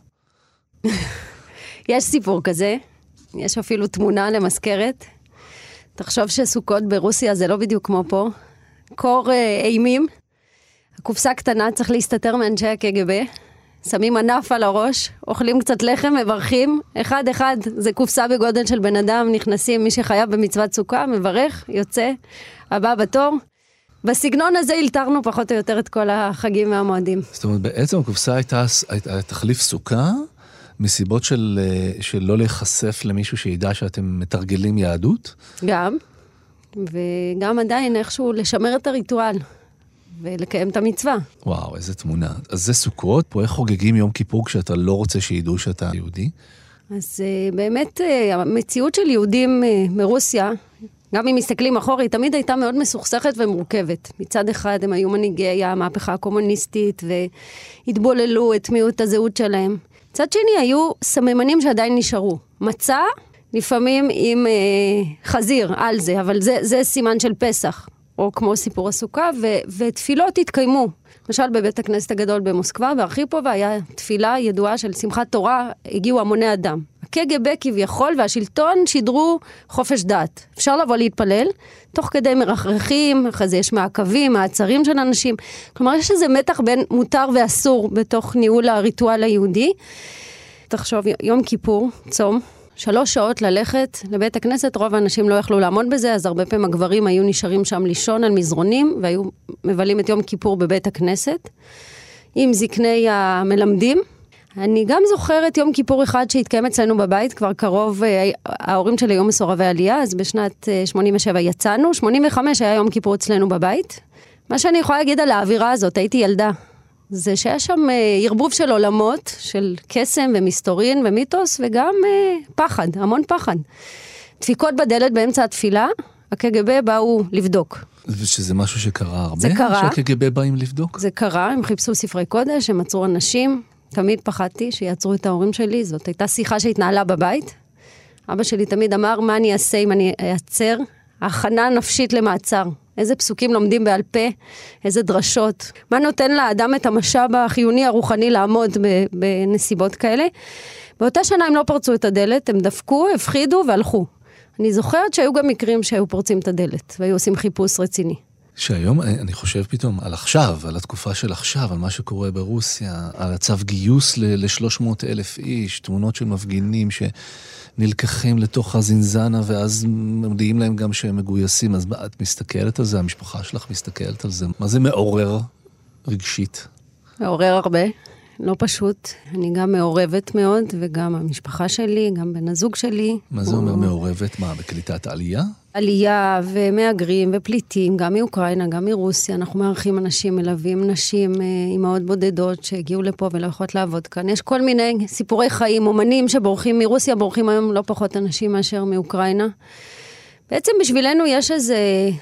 יש סיפור כזה, יש אפילו תמונה למזכרת. תחשוב שסוכות ברוסיה זה לא בדיוק כמו פה. קור אה, אימים, הקופסה קטנה, צריך להסתתר מאנשי הקג"ב, שמים ענף על הראש, אוכלים קצת לחם, מברכים, אחד אחד, זה קופסה בגודל של בן אדם, נכנסים, מי שחייב במצוות סוכה, מברך, יוצא, הבא בתור. בסגנון הזה הלתרנו פחות או יותר את כל החגים והמועדים. זאת אומרת, בעצם הקופסה הייתה, הייתה תחליף סוכה, מסיבות של, של לא להיחשף למישהו שידע שאתם מתרגלים יהדות? גם, וגם עדיין איכשהו לשמר את הריטואל, ולקיים את המצווה. וואו, איזה תמונה. אז זה סוכות, פה איך חוגגים יום כיפור כשאתה לא רוצה שידעו שאתה יהודי? אז באמת המציאות של יהודים מרוסיה, גם אם מסתכלים אחורה, היא תמיד הייתה מאוד מסוכסכת ומורכבת. מצד אחד הם היו מנהיגי המהפכה הקומוניסטית, והתבוללו את מיעוט הזהות שלהם. מצד שני היו סממנים שעדיין נשארו. מצה, לפעמים עם אה, חזיר על זה, אבל זה, זה סימן של פסח, או כמו סיפור הסוכה, ו, ותפילות התקיימו. למשל בבית הכנסת הגדול במוסקבה, בארכיפובה, היה תפילה ידועה של שמחת תורה, הגיעו המוני אדם. הקג"ב כביכול והשלטון שידרו חופש דת. אפשר לבוא להתפלל, תוך כדי מרחרחים, אחרי זה יש מעקבים, מעצרים של אנשים. כלומר, יש איזה מתח בין מותר ואסור בתוך ניהול הריטואל היהודי. תחשוב, יום כיפור, צום, שלוש שעות ללכת לבית הכנסת, רוב האנשים לא יכלו לעמוד בזה, אז הרבה פעמים הגברים היו נשארים שם לישון על מזרונים, והיו מבלים את יום כיפור בבית הכנסת, עם זקני המלמדים. אני גם זוכרת יום כיפור אחד שהתקיים אצלנו בבית, כבר קרוב, ההורים שלי היו מסורבי עלייה, אז בשנת שמונים ושבע יצאנו, שמונים וחמש היה יום כיפור אצלנו בבית. מה שאני יכולה להגיד על האווירה הזאת, הייתי ילדה, זה שהיה שם ערבוב של עולמות, של קסם ומסתורין ומיתוס, וגם פחד, המון פחד. דפיקות בדלת באמצע התפילה, הקג"ב באו לבדוק. ושזה משהו שקרה הרבה? זה קרה. שהקג"ב באים לבדוק? זה קרה, הם חיפשו ספרי קודש, הם מצאו אנשים, תמיד פחדתי שיעצרו את ההורים שלי, זאת הייתה שיחה שהתנהלה בבית. אבא שלי תמיד אמר, מה אני אעשה אם אני אעצר? הכנה נפשית למעצר. איזה פסוקים לומדים בעל פה, איזה דרשות. מה נותן לאדם את המשאב החיוני הרוחני לעמוד בנסיבות כאלה? באותה שנה הם לא פרצו את הדלת, הם דפקו, הפחידו והלכו. אני זוכרת שהיו גם מקרים שהיו פורצים את הדלת, והיו עושים חיפוש רציני. שהיום אני חושב פתאום על עכשיו, על התקופה של עכשיו, על מה שקורה ברוסיה, על הצו גיוס ל-שלוש מאות אלף איש, תמונות של מפגינים שנלקחים לתוך הזינזנה, ואז מודיעים להם גם שהם מגויסים. אז את מסתכלת על זה, המשפחה שלך מסתכלת על זה. מה זה מעורר רגשית? מעורר הרבה, לא פשוט. אני גם מעורבת מאוד, וגם המשפחה שלי, גם בן הזוג שלי. מה זה אומר מעורבת? מה, בקליטת העלייה? עלייה ומאגרים ופליטים, גם מאוקראינה, גם מרוסיה. אנחנו מארחים אנשים, מלווים נשים, אימהות בודדות שהגיעו לפה ולא יכולות לעבוד כאן. יש כל מיני סיפורי חיים, אומנים שבורחים מרוסיה, בורחים היום לא פחות אנשים מאשר מאוקראינה. בעצם בשבילנו יש איזה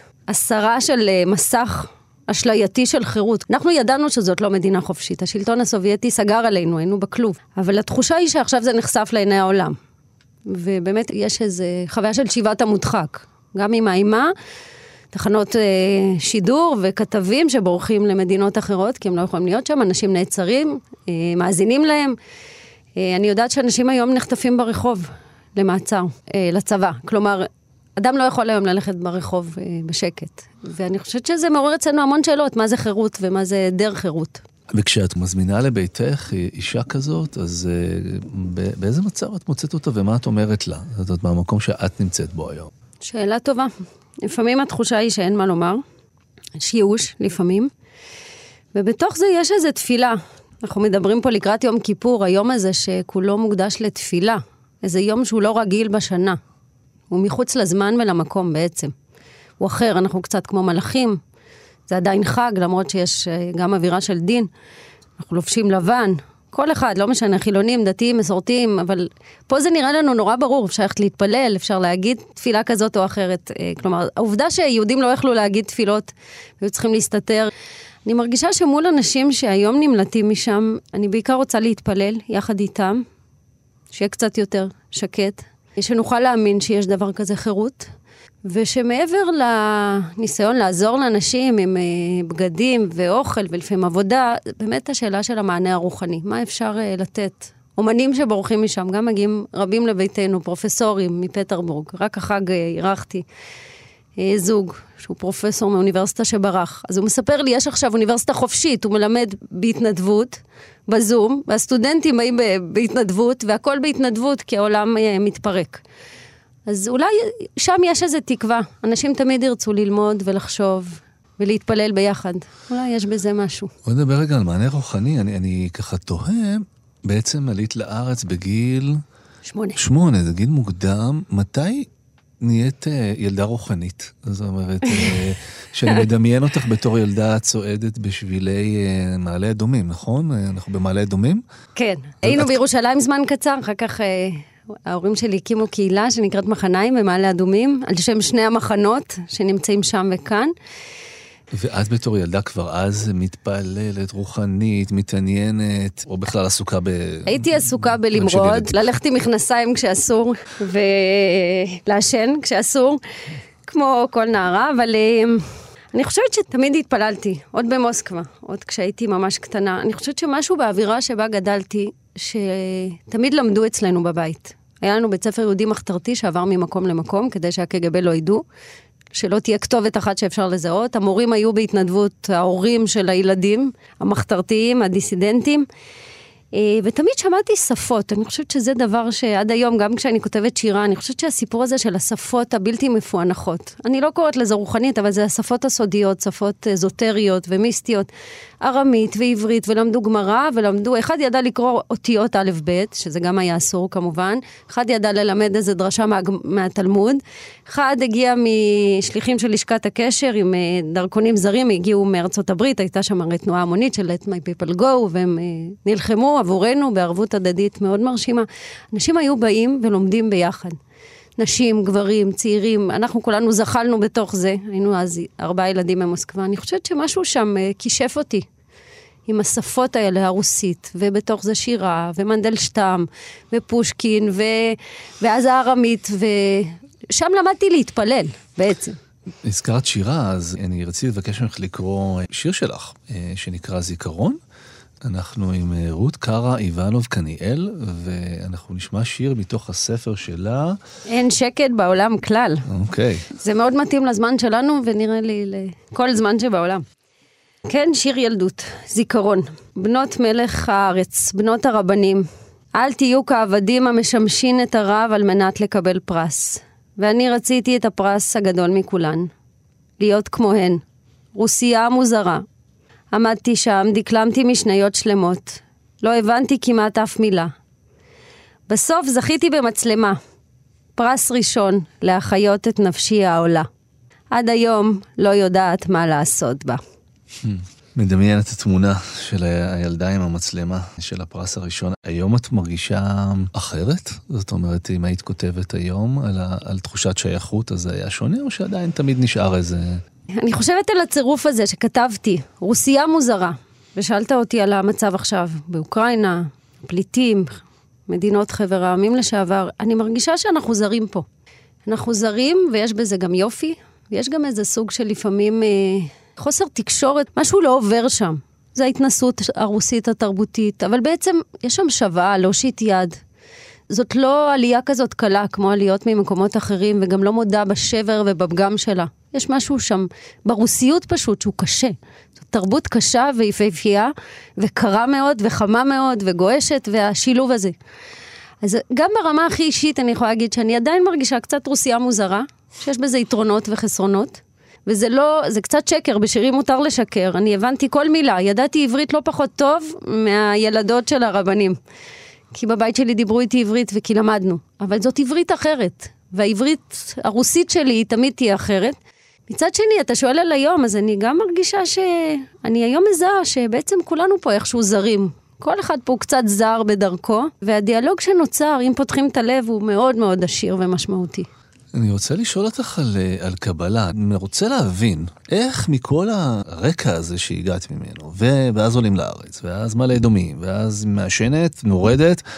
הסרה של מסך אשלייתי של חירות. אנחנו ידענו שזאת לא מדינה חופשית. השלטון הסובייטי סגר עלינו, היינו בכלוב. אבל התחושה היא שעכשיו זה נחשף לעיני העולם. ובאמת יש איזו חוויה של שיבת המודחק. גם עם האימה, תחנות אה, שידור וכתבים שבורחים למדינות אחרות, כי הם לא יכולים להיות שם, אנשים נעצרים, אה, מאזינים להם. אה, אני יודעת שאנשים היום נחטפים ברחוב למעצר, אה, לצבא. כלומר, אדם לא יכול היום ללכת ברחוב אה, בשקט. ואני חושבת שזה מעורר אצלנו המון שאלות, מה זה חירות ומה זה דר חירות. וכשאת מזמינה לביתך אישה כזאת, אז באיזה מצב את מוצאת אותה ומה את אומרת לה? זאת אומרת, במקום שאת נמצאת בו היום. שאלה טובה. לפעמים התחושה היא שאין מה לומר. יש ייאוש לפעמים. ובתוך זה יש איזו תפילה. אנחנו מדברים פה לקראת יום כיפור, היום הזה שכולו מוקדש לתפילה. איזה יום שהוא לא רגיל בשנה. הוא מחוץ לזמן ולמקום בעצם. הוא אחר, אנחנו קצת כמו מלאכים. זה עדיין חג, למרות שיש גם אווירה של דין. אנחנו לובשים לבן. כל אחד, לא משנה, חילונים, דתיים, מסורתיים, אבל פה זה נראה לנו נורא ברור. אפשר ללכת להתפלל, אפשר להגיד תפילה כזאת או אחרת. כלומר, העובדה שיהודים לא יכלו להגיד תפילות, והיו צריכים להסתתר. אני מרגישה שמול אנשים שהיום נמלטים משם, אני בעיקר רוצה להתפלל יחד איתם, שיהיה קצת יותר שקט, שנוכל להאמין שיש דבר כזה חירות, ושמעבר לניסיון לעזור לאנשים עם בגדים ואוכל ולפעמים עבודה, באמת השאלה של המענה הרוחני, מה אפשר לתת? אומנים שבורחים משם, גם מגיעים רבים לביתנו, פרופסורים מפטרבורג, רק החג אירחתי זוג שהוא פרופסור מאוניברסיטה שברח, אז הוא מספר לי, יש עכשיו אוניברסיטה חופשית, הוא מלמד בהתנדבות, בזום, והסטודנטים באים בהתנדבות, והכל בהתנדבות כי העולם מתפרק. אז אולי שם יש איזו תקווה. אנשים תמיד ירצו ללמוד ולחשוב ולהתפלל ביחד. אולי יש בזה משהו. בוא נדבר רגע על מענה רוחני. אני, אני ככה תוהה, בעצם עלית לארץ בגיל... שמונה. שמונה, זה גיל מוקדם. מתי נהיית ילדה רוחנית? זאת אומרת, שאני מדמיין אותך בתור ילדה צועדת בשבילי מעלה אדומים, נכון? אנחנו במעלה אדומים? כן. היינו בירושלים זמן קצר, אחר כך... ההורים שלי הקימו קהילה שנקראת מחניים במעלה אדומים, על שם שני המחנות שנמצאים שם וכאן. ואת בתור ילדה כבר אז מתפעלת, רוחנית, מתעניינת, או בכלל עסוקה ב... הייתי עסוקה בלמרוד, ללכת עם מכנסיים כשאסור, ולעשן כשאסור, כמו כל נערה, אבל אני חושבת שתמיד התפללתי, עוד במוסקבה, עוד כשהייתי ממש קטנה. אני חושבת שמשהו באווירה שבה גדלתי, שתמיד למדו אצלנו בבית. היה לנו בית ספר יהודי מחתרתי שעבר ממקום למקום, כדי שהקג"ב לא ידעו, שלא תהיה כתובת אחת שאפשר לזהות. המורים היו בהתנדבות, ההורים של הילדים, המחתרתיים, הדיסידנטים, ותמיד שמעתי שפות. אני חושבת שזה דבר שעד היום, גם כשאני כותבת שירה, אני חושבת שהסיפור הזה של השפות הבלתי מפוענחות, אני לא קוראת לזה רוחנית, אבל זה השפות הסודיות, שפות זוטריות ומיסטיות, ארמית ועברית, ולמדו גמרא, ולמדו, אחד ידע לקרוא אותיות א' ב', שזה גם היה אסור כמובן, אחד ידע ללמד איזה דרשה מה, מהתלמוד, אחד הגיע משליחים של לשכת הקשר, עם דרכונים זרים, הגיעו מארצות הברית, הייתה שם הרי תנועה המונית של Let My People Go, והם נלחמו עבורנו בערבות הדדית מאוד מרשימה. אנשים היו באים ולומדים ביחד. נשים, גברים, צעירים, אנחנו כולנו זחלנו בתוך זה, היינו אז ארבעה ילדים ממוסקבה, אני חושבת שמשהו שם כישף אותי, עם השפות האלה, הרוסית, ובתוך זה שירה, ומנדלשטם, ופושקין, ו... ואז הארמית, ושם למדתי להתפלל בעצם. הזכרת שירה, אז אני רציתי לבקש ממך לקרוא שיר שלך, שנקרא זיכרון. אנחנו עם רות קרה איבנוב קניאל, ואנחנו נשמע שיר מתוך הספר שלה. אין שקט בעולם כלל. אוקיי. זה מאוד מתאים לזמן שלנו, ונראה לי לכל זמן שבעולם. כן, שיר ילדות, זיכרון. בנות מלך הארץ, בנות הרבנים. אל תהיו כעבדים המשמשים את הרב על מנת לקבל פרס. ואני רציתי את הפרס הגדול מכולן. להיות כמוהן. רוסייה מוזרה. עמדתי שם, דקלמתי משניות שלמות. לא הבנתי כמעט אף מילה. בסוף זכיתי במצלמה. פרס ראשון להחיות את נפשי העולה. עד היום לא יודעת מה לעשות בה. מדמיין את התמונה של הילדה עם המצלמה של הפרס הראשון. היום את מרגישה אחרת? זאת אומרת, אם היית כותבת היום על, ה, על תחושת שייכות, אז זה היה שונה, או שעדיין תמיד נשאר איזה... אני חושבת על הצירוף הזה שכתבתי, רוסייה מוזרה, ושאלת אותי על המצב עכשיו, באוקראינה, פליטים, מדינות חבר העמים לשעבר, אני מרגישה שאנחנו זרים פה. אנחנו זרים, ויש בזה גם יופי, ויש גם איזה סוג של לפעמים אה, חוסר תקשורת, משהו לא עובר שם. זה ההתנסות הרוסית התרבותית, אבל בעצם יש שם שווה, להושיט יד. זאת לא עלייה כזאת קלה, כמו עליות ממקומות אחרים, וגם לא מודה בשבר ובפגם שלה. יש משהו שם ברוסיות פשוט שהוא קשה. זאת תרבות קשה ויפהפייה, וקרה מאוד וחמה מאוד וגועשת, והשילוב הזה. אז גם ברמה הכי אישית אני יכולה להגיד שאני עדיין מרגישה קצת רוסייה מוזרה, שיש בזה יתרונות וחסרונות, וזה לא, זה קצת שקר, בשירים מותר לשקר. אני הבנתי כל מילה, ידעתי עברית לא פחות טוב מהילדות של הרבנים. כי בבית שלי דיברו איתי עברית וכי למדנו. אבל זאת עברית אחרת. והעברית הרוסית שלי היא תמיד תהיה אחרת. מצד שני, אתה שואל על היום, אז אני גם מרגישה שאני היום מזהה שבעצם כולנו פה איכשהו זרים. כל אחד פה הוא קצת זר בדרכו, והדיאלוג שנוצר, אם פותחים את הלב, הוא מאוד מאוד עשיר ומשמעותי. אני רוצה לשאול אותך על, על קבלה. אני רוצה להבין, איך מכל הרקע הזה שהגעת ממנו, ואז עולים לארץ, ואז מלא דומים, ואז מעשנת, נורדת,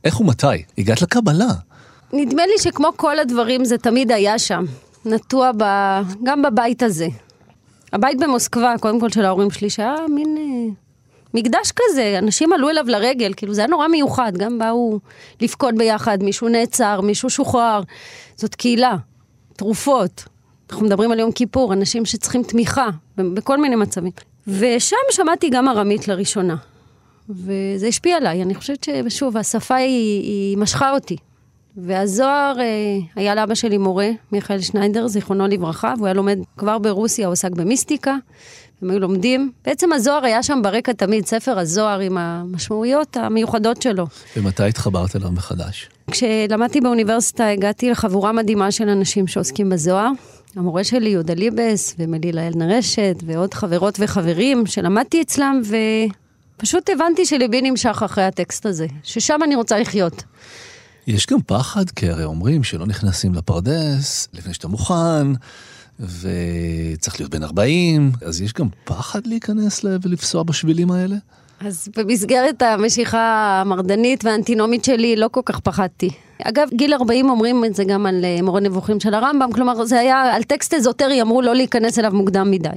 איך ומתי? הגעת לקבלה. נדמה לי שכמו כל הדברים זה תמיד היה שם. נטוע ב... גם בבית הזה. הבית במוסקבה, קודם כל של ההורים שלי, שהיה מין אה, מקדש כזה, אנשים עלו אליו לרגל, כאילו זה היה נורא מיוחד, גם באו לפקוד ביחד, מישהו נעצר, מישהו שוחרר, זאת קהילה, תרופות, אנחנו מדברים על יום כיפור, אנשים שצריכים תמיכה, בכל מיני מצבים. ושם שמעתי גם ארמית לראשונה, וזה השפיע עליי, אני חושבת ששוב, השפה היא, היא משכה אותי. והזוהר, אה, היה לאבא שלי מורה, מיכאל שניידר, זיכרונו לברכה, והוא היה לומד כבר ברוסיה, הוא עסק במיסטיקה, הם היו לומדים. בעצם הזוהר היה שם ברקע תמיד, ספר הזוהר עם המשמעויות המיוחדות שלו. ומתי התחברת אליו מחדש? כשלמדתי באוניברסיטה, הגעתי לחבורה מדהימה של אנשים שעוסקים בזוהר. המורה שלי, יהודה ליבס, ומלילה אלנרשת, ועוד חברות וחברים שלמדתי אצלם, ופשוט הבנתי שליבי נמשך אחרי הטקסט הזה, ששם אני רוצה לחיות. יש גם פחד, כי הרי אומרים שלא נכנסים לפרדס, לפני שאתה מוכן, וצריך להיות בין ארבעים, אז יש גם פחד להיכנס ולפסוע בשבילים האלה? אז במסגרת המשיכה המרדנית והאנטינומית שלי, לא כל כך פחדתי. אגב, גיל ארבעים אומרים את זה גם על מורה נבוכים של הרמב"ם, כלומר זה היה על טקסט אזוטרי, אמרו לא להיכנס אליו מוקדם מדי.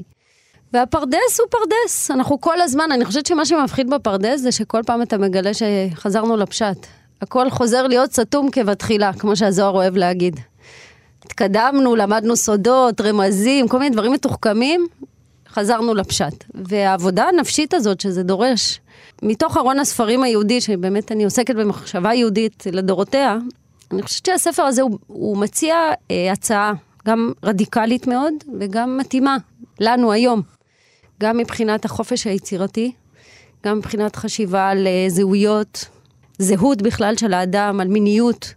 והפרדס הוא פרדס, אנחנו כל הזמן, אני חושבת שמה שמפחיד בפרדס זה שכל פעם אתה מגלה שחזרנו לפשט. הכל חוזר להיות סתום כבתחילה, כמו שהזוהר אוהב להגיד. התקדמנו, למדנו סודות, רמזים, כל מיני דברים מתוחכמים, חזרנו לפשט. והעבודה הנפשית הזאת שזה דורש, מתוך ארון הספרים היהודי, שבאמת אני עוסקת במחשבה יהודית לדורותיה, אני חושבת שהספר הזה הוא, הוא מציע אה, הצעה, גם רדיקלית מאוד, וגם מתאימה לנו היום. גם מבחינת החופש היצירתי, גם מבחינת חשיבה על אה, זהויות, זהות בכלל של האדם, על מיניות,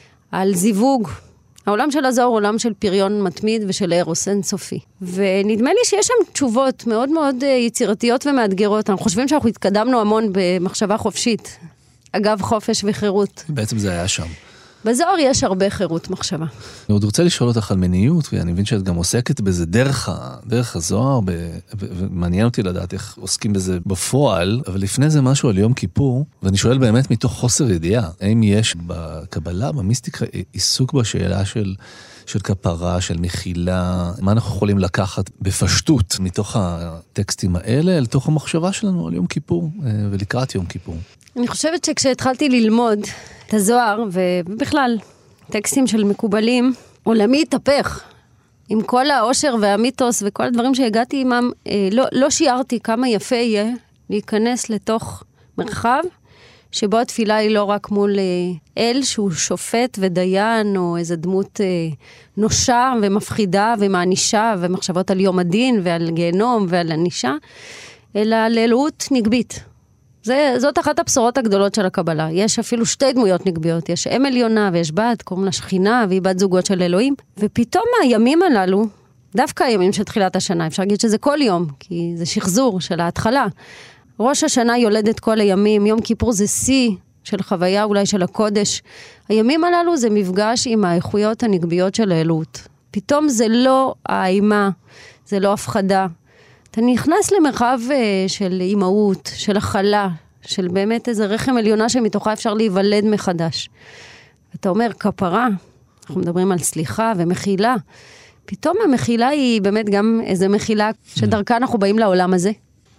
על זיווג. העולם של הזוהר הוא עולם של פריון מתמיד ושל אירוס אינסופי. ונדמה לי שיש שם תשובות מאוד מאוד יצירתיות ומאתגרות. אנחנו חושבים שאנחנו התקדמנו המון במחשבה חופשית. אגב, חופש וחירות. בעצם זה היה שם. בזוהר יש הרבה חירות מחשבה. אני עוד רוצה לשאול אותך על מיניות, ואני מבין שאת גם עוסקת בזה דרך, דרך הזוהר, ומעניין אותי לדעת איך עוסקים בזה בפועל, אבל לפני זה משהו על יום כיפור, ואני שואל באמת מתוך חוסר ידיעה, האם יש בקבלה, במיסטיקה, עיסוק בשאלה של, של כפרה, של מחילה, מה אנחנו יכולים לקחת בפשטות מתוך הטקסטים האלה, לתוך המחשבה שלנו על יום כיפור, ולקראת יום כיפור. אני חושבת שכשהתחלתי ללמוד את הזוהר, ובכלל, טקסטים של מקובלים, עולמי התהפך. עם כל האושר והמיתוס וכל הדברים שהגעתי עמם, לא, לא שיערתי כמה יפה יהיה להיכנס לתוך מרחב, שבו התפילה היא לא רק מול אל שהוא שופט ודיין, או איזו דמות נושה ומפחידה ומענישה, ומחשבות על יום הדין ועל גיהנום ועל ענישה, אלא לאלוהות נגבית. זה, זאת אחת הבשורות הגדולות של הקבלה. יש אפילו שתי דמויות נגביות. יש אם עליונה ויש בת, קוראים לה שכינה, והיא בת זוגות של אלוהים. ופתאום הימים הללו, דווקא הימים של תחילת השנה, אפשר להגיד שזה כל יום, כי זה שחזור של ההתחלה. ראש השנה יולדת כל הימים, יום כיפור זה שיא של חוויה אולי של הקודש. הימים הללו זה מפגש עם האיכויות הנגביות של האלוהות. פתאום זה לא האימה, זה לא הפחדה. אתה נכנס למרחב של אימהות, של החלה, של באמת איזה רחם עליונה שמתוכה אפשר להיוולד מחדש. אתה אומר, כפרה, אנחנו מדברים על סליחה ומחילה. פתאום המחילה היא באמת גם איזה מחילה שדרכה אנחנו באים לעולם הזה.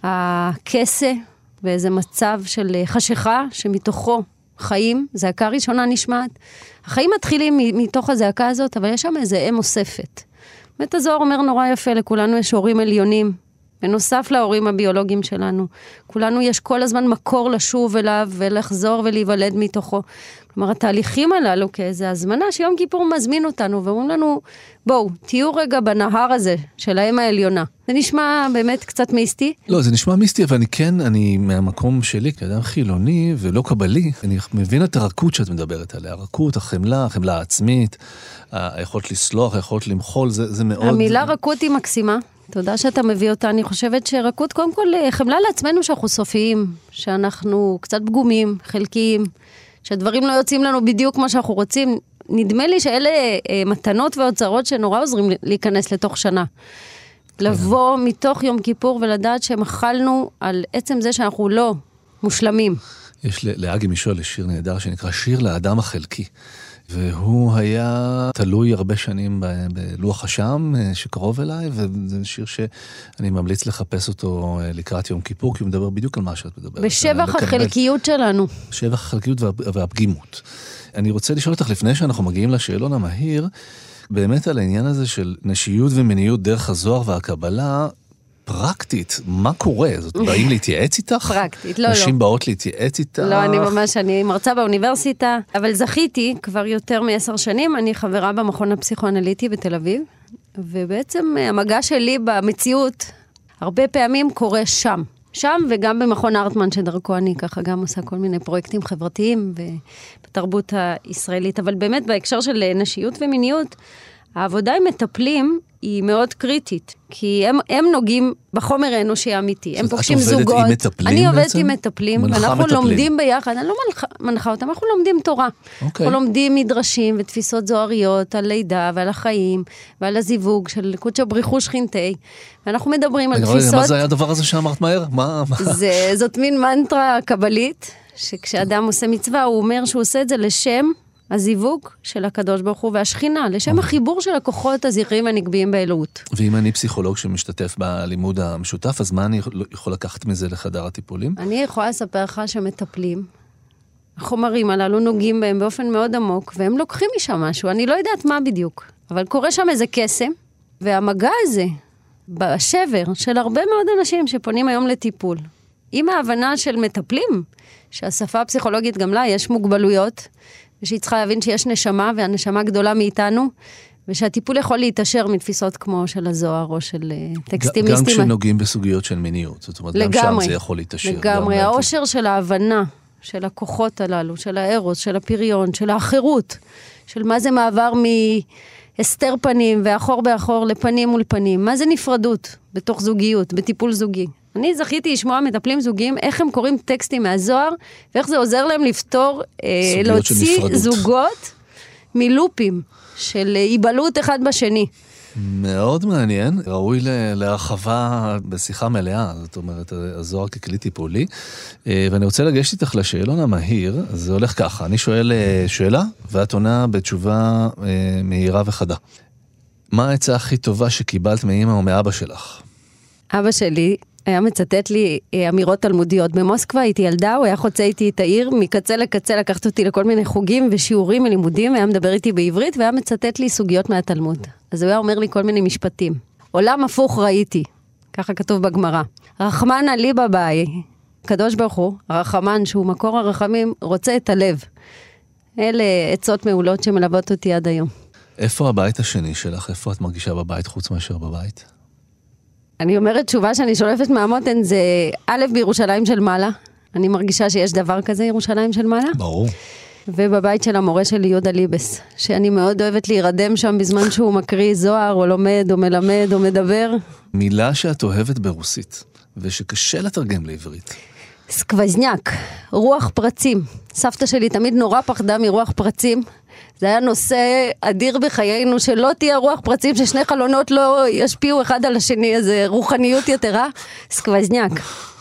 הכסה ואיזה מצב של חשיכה שמתוכו חיים, זעקה ראשונה נשמעת. החיים מתחילים מתוך הזעקה הזאת, אבל יש שם איזה אם אוספת. באמת הזוהר אומר נורא יפה, לכולנו יש הורים עליונים, בנוסף להורים הביולוגיים שלנו. כולנו יש כל הזמן מקור לשוב אליו ולחזור ולהיוולד מתוכו. כלומר, התהליכים הללו כאיזה הזמנה שיום כיפור מזמין אותנו ואומרים לנו, בואו, תהיו רגע בנהר הזה של האם העליונה. זה נשמע באמת קצת מיסטי? לא, זה נשמע מיסטי, אבל אני כן, אני מהמקום שלי, כאדם חילוני ולא קבלי, אני מבין את הרכות שאת מדברת עליה. הרכות, החמלה, החמלה העצמית, היכולת לסלוח, היכולת למחול, זה, זה מאוד... המילה רכות היא מקסימה. תודה שאתה מביא אותה. אני חושבת שרכות, קודם כל, חמלה לעצמנו שאנחנו סופיים, שאנחנו קצת פגומים, חלקיים, שהדברים לא יוצאים לנו בדיוק מה שאנחנו רוצים. נדמה לי שאלה אה, מתנות ואוצרות שנורא עוזרים להיכנס לתוך שנה. לבוא מתוך יום כיפור ולדעת שמחלנו על עצם זה שאנחנו לא מושלמים. יש לאגי משול שיר נהדר שנקרא שיר לאדם החלקי. והוא היה תלוי הרבה שנים בלוח השם שקרוב אליי, וזה שיר שאני ממליץ לחפש אותו לקראת יום כיפור, כי הוא מדבר בדיוק על מה שאת מדברת. בשבח החלקיות שלנו. שבח החלקיות והפגימות. אני רוצה לשאול אותך, לפני שאנחנו מגיעים לשאלון המהיר, באמת על העניין הזה של נשיות ומיניות דרך הזוהר והקבלה, פרקטית, מה קורה? זאת באים להתייעץ איתך? פרקטית, לא, לא. נשים באות להתייעץ איתך? לא, אני ממש, אני מרצה באוניברסיטה, אבל זכיתי כבר יותר מעשר שנים, אני חברה במכון הפסיכואנליטי בתל אביב, ובעצם המגע שלי במציאות, הרבה פעמים קורה שם. שם וגם במכון ארטמן שדרכו אני ככה גם עושה כל מיני פרויקטים חברתיים ובתרבות הישראלית, אבל באמת בהקשר של נשיות ומיניות, העבודה עם מטפלים היא מאוד קריטית, כי הם, הם נוגעים בחומר האנושי האמיתי, הם פוגשים זוגות. את עובדת עם מטפלים אני בעצם? עובדת עם מטפלים, ואנחנו מטפלים. לומדים ביחד, אני לא מנחה, מנחה אותם, אנחנו לומדים תורה. Okay. אנחנו לומדים מדרשים ותפיסות זוהריות על לידה ועל החיים, ועל הזיווג של קודשא בריחו שכינתי, ואנחנו מדברים על תפיסות... מה זה היה הדבר הזה שאמרת מהר? מה? זה, זאת מין מנטרה קבלית, שכשאדם עושה מצווה, הוא אומר שהוא עושה את זה לשם... הזיווג של הקדוש ברוך הוא והשכינה, לשם החיבור של הכוחות הזכריים הנקביים באלוהות. ואם אני פסיכולוג שמשתתף בלימוד המשותף, אז מה אני יכול לקחת מזה לחדר הטיפולים? אני יכולה לספר לך שמטפלים, החומרים הללו נוגעים בהם באופן מאוד עמוק, והם לוקחים משם משהו, אני לא יודעת מה בדיוק, אבל קורה שם איזה קסם, והמגע הזה, בשבר של הרבה מאוד אנשים שפונים היום לטיפול, עם ההבנה של מטפלים, שהשפה הפסיכולוגית גם לה יש מוגבלויות, ושהיא צריכה להבין שיש נשמה, והנשמה גדולה מאיתנו, ושהטיפול יכול להתאשר מתפיסות כמו של הזוהר, או של טקסטים גם מיסטיים. גם כשנוגעים בסוגיות של מיניות, זאת אומרת, לגמרי, גם שם זה יכול להתאשר. לגמרי, העושר של ההבנה, של הכוחות הללו, של הארוס, של הפריון, של האחרות, של מה זה מעבר מהסתר פנים, ואחור באחור לפנים מול פנים, מה זה נפרדות בתוך זוגיות, בטיפול זוגי. אני זכיתי לשמוע מטפלים זוגיים, איך הם קוראים טקסטים מהזוהר, ואיך זה עוזר להם לפתור, אה, להוציא זוגות מלופים של היבלות אחד בשני. מאוד מעניין, ראוי להרחבה בשיחה מלאה, זאת אומרת, הזוהר ככלי טיפולי, ואני רוצה לגשת איתך לשאלון המהיר, זה הולך ככה, אני שואל שאלה, ואת עונה בתשובה מהירה וחדה. מה העצה הכי טובה שקיבלת מאמא או מאבא שלך? אבא שלי היה מצטט לי אמירות תלמודיות. במוסקבה הייתי ילדה, הוא היה חוצה איתי את העיר, מקצה לקצה לקחת אותי לכל מיני חוגים ושיעורים ולימודים, היה מדבר איתי בעברית, והיה מצטט לי סוגיות מהתלמוד. אז הוא היה אומר לי כל מיני משפטים. עולם הפוך ראיתי, ככה כתוב בגמרא. רחמן עלי בבאי, קדוש ברוך הוא, הרחמן שהוא מקור הרחמים, רוצה את הלב. אלה עצות מעולות שמלוות אותי עד היום. איפה הבית השני שלך? איפה את מרגישה בבית חוץ מאשר בבית? אני אומרת תשובה שאני שולפת מהמותן, זה א' בירושלים של מעלה. אני מרגישה שיש דבר כזה, ירושלים של מעלה. ברור. ובבית של המורה שלי, יהודה ליבס, שאני מאוד אוהבת להירדם שם בזמן שהוא מקריא זוהר, או לומד, או מלמד, או מדבר. מילה שאת אוהבת ברוסית, ושקשה לתרגם לעברית. סקווזניאק, רוח פרצים. סבתא שלי תמיד נורא פחדה מרוח פרצים. זה היה נושא אדיר בחיינו, שלא תהיה רוח פרצים, ששני חלונות לא ישפיעו אחד על השני, איזה רוחניות יתרה. סקווזניאק.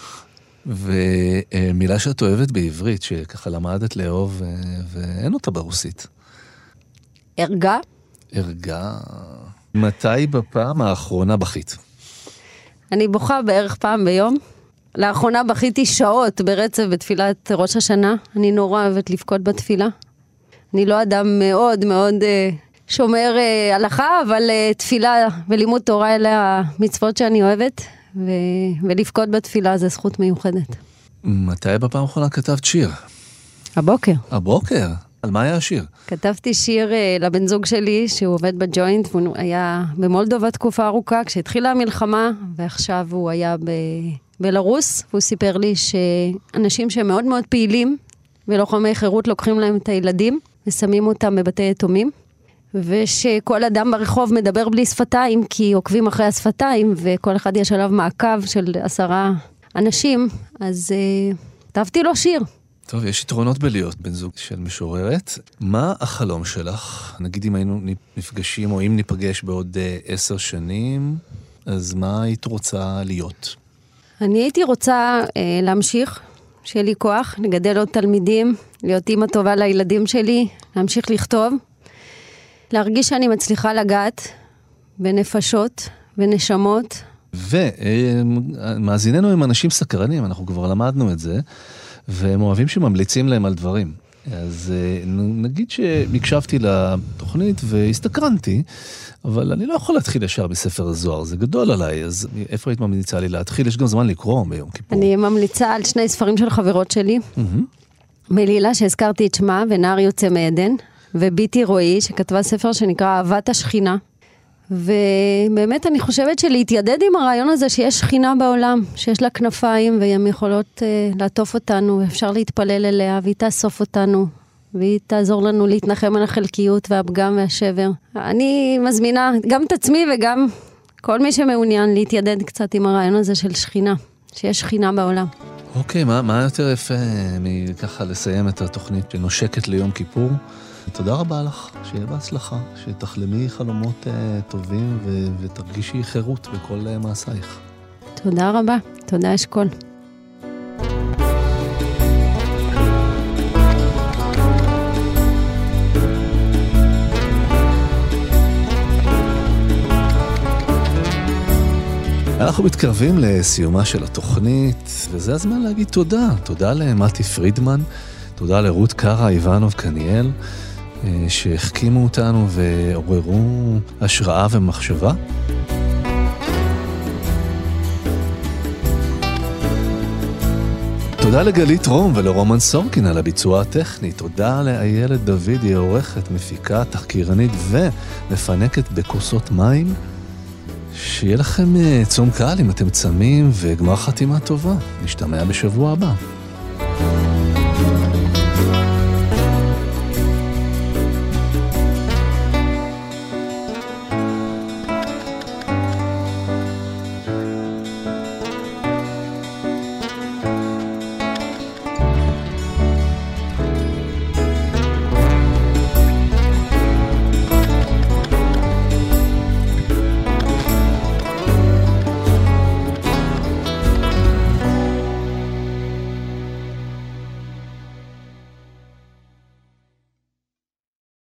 ומילה שאת אוהבת בעברית, שככה למדת לאהוב, ואין אותה ברוסית. ארגע. ארגע. מתי בפעם האחרונה בכית? אני בוכה בערך פעם ביום. לאחרונה בכיתי שעות ברצף בתפילת ראש השנה. אני נורא אוהבת לבכות בתפילה. אני לא אדם מאוד מאוד שומר הלכה, אבל תפילה ולימוד תורה אלה המצוות שאני אוהבת, ו... ולבכות בתפילה זה זכות מיוחדת. מתי בפעם האחרונה כתבת שיר? הבוקר. הבוקר? על מה היה השיר? כתבתי שיר לבן זוג שלי, שהוא עובד בג'וינט, והוא היה במולדובה תקופה ארוכה, כשהתחילה המלחמה, ועכשיו הוא היה בבלרוס, והוא סיפר לי שאנשים שהם מאוד מאוד פעילים, ולוחמי חירות לוקחים להם את הילדים, ושמים אותם בבתי יתומים, ושכל אדם ברחוב מדבר בלי שפתיים, כי עוקבים אחרי השפתיים, וכל אחד יש עליו מעקב של עשרה אנשים, אז כתבתי לו שיר. טוב, יש יתרונות בלהיות בן זוג של משוררת. מה החלום שלך? נגיד אם היינו נפגשים, או אם ניפגש בעוד עשר שנים, אז מה היית רוצה להיות? אני הייתי רוצה אה, להמשיך, שיהיה לי כוח לגדל עוד תלמידים, להיות אימא טובה לילדים שלי, להמשיך לכתוב, להרגיש שאני מצליחה לגעת בנפשות ונשמות. ומאזיננו הם אנשים סקרנים, אנחנו כבר למדנו את זה, והם אוהבים שממליצים להם על דברים. אז נגיד שהקשבתי לתוכנית והסתקרנתי, אבל אני לא יכול להתחיל ישר בספר הזוהר, זה גדול עליי, אז איפה היית ממליצה לי להתחיל? יש גם זמן לקרוא ביום כיפור. אני ממליצה על שני ספרים של חברות שלי, מלילה שהזכרתי את שמה, ונער יוצא מעדן, וביטי רועי שכתבה ספר שנקרא אהבת השכינה, ובאמת אני חושבת שלהתיידד עם הרעיון הזה שיש שכינה בעולם, שיש לה כנפיים והן יכולות uh, לעטוף אותנו, אפשר להתפלל אליה והיא תאסוף אותנו, והיא תעזור לנו להתנחם על החלקיות והפגם והשבר. אני מזמינה גם את עצמי וגם כל מי שמעוניין להתיידד קצת עם הרעיון הזה של שכינה, שיש שכינה בעולם. אוקיי, מה, מה יותר יפה מככה לסיים את התוכנית שנושקת ליום כיפור? תודה רבה לך, שיהיה בהצלחה, שתחלמי חלומות uh, טובים ו- ותרגישי חירות בכל uh, מעשייך. תודה רבה, תודה אשכול. אנחנו מתקרבים לסיומה של התוכנית, וזה הזמן להגיד תודה. תודה למתי פרידמן, תודה לרות קרה איבנוב קניאל, שהחכימו אותנו ועוררו השראה ומחשבה. תודה לגלית רום ולרומן סורקין על הביצוע הטכני. תודה לאיילת דוד, היא עורכת, מפיקה, תחקירנית ומפנקת בכוסות מים. שיהיה לכם צום קל אם אתם צמים וגמר חתימה טובה. נשתמע בשבוע הבא.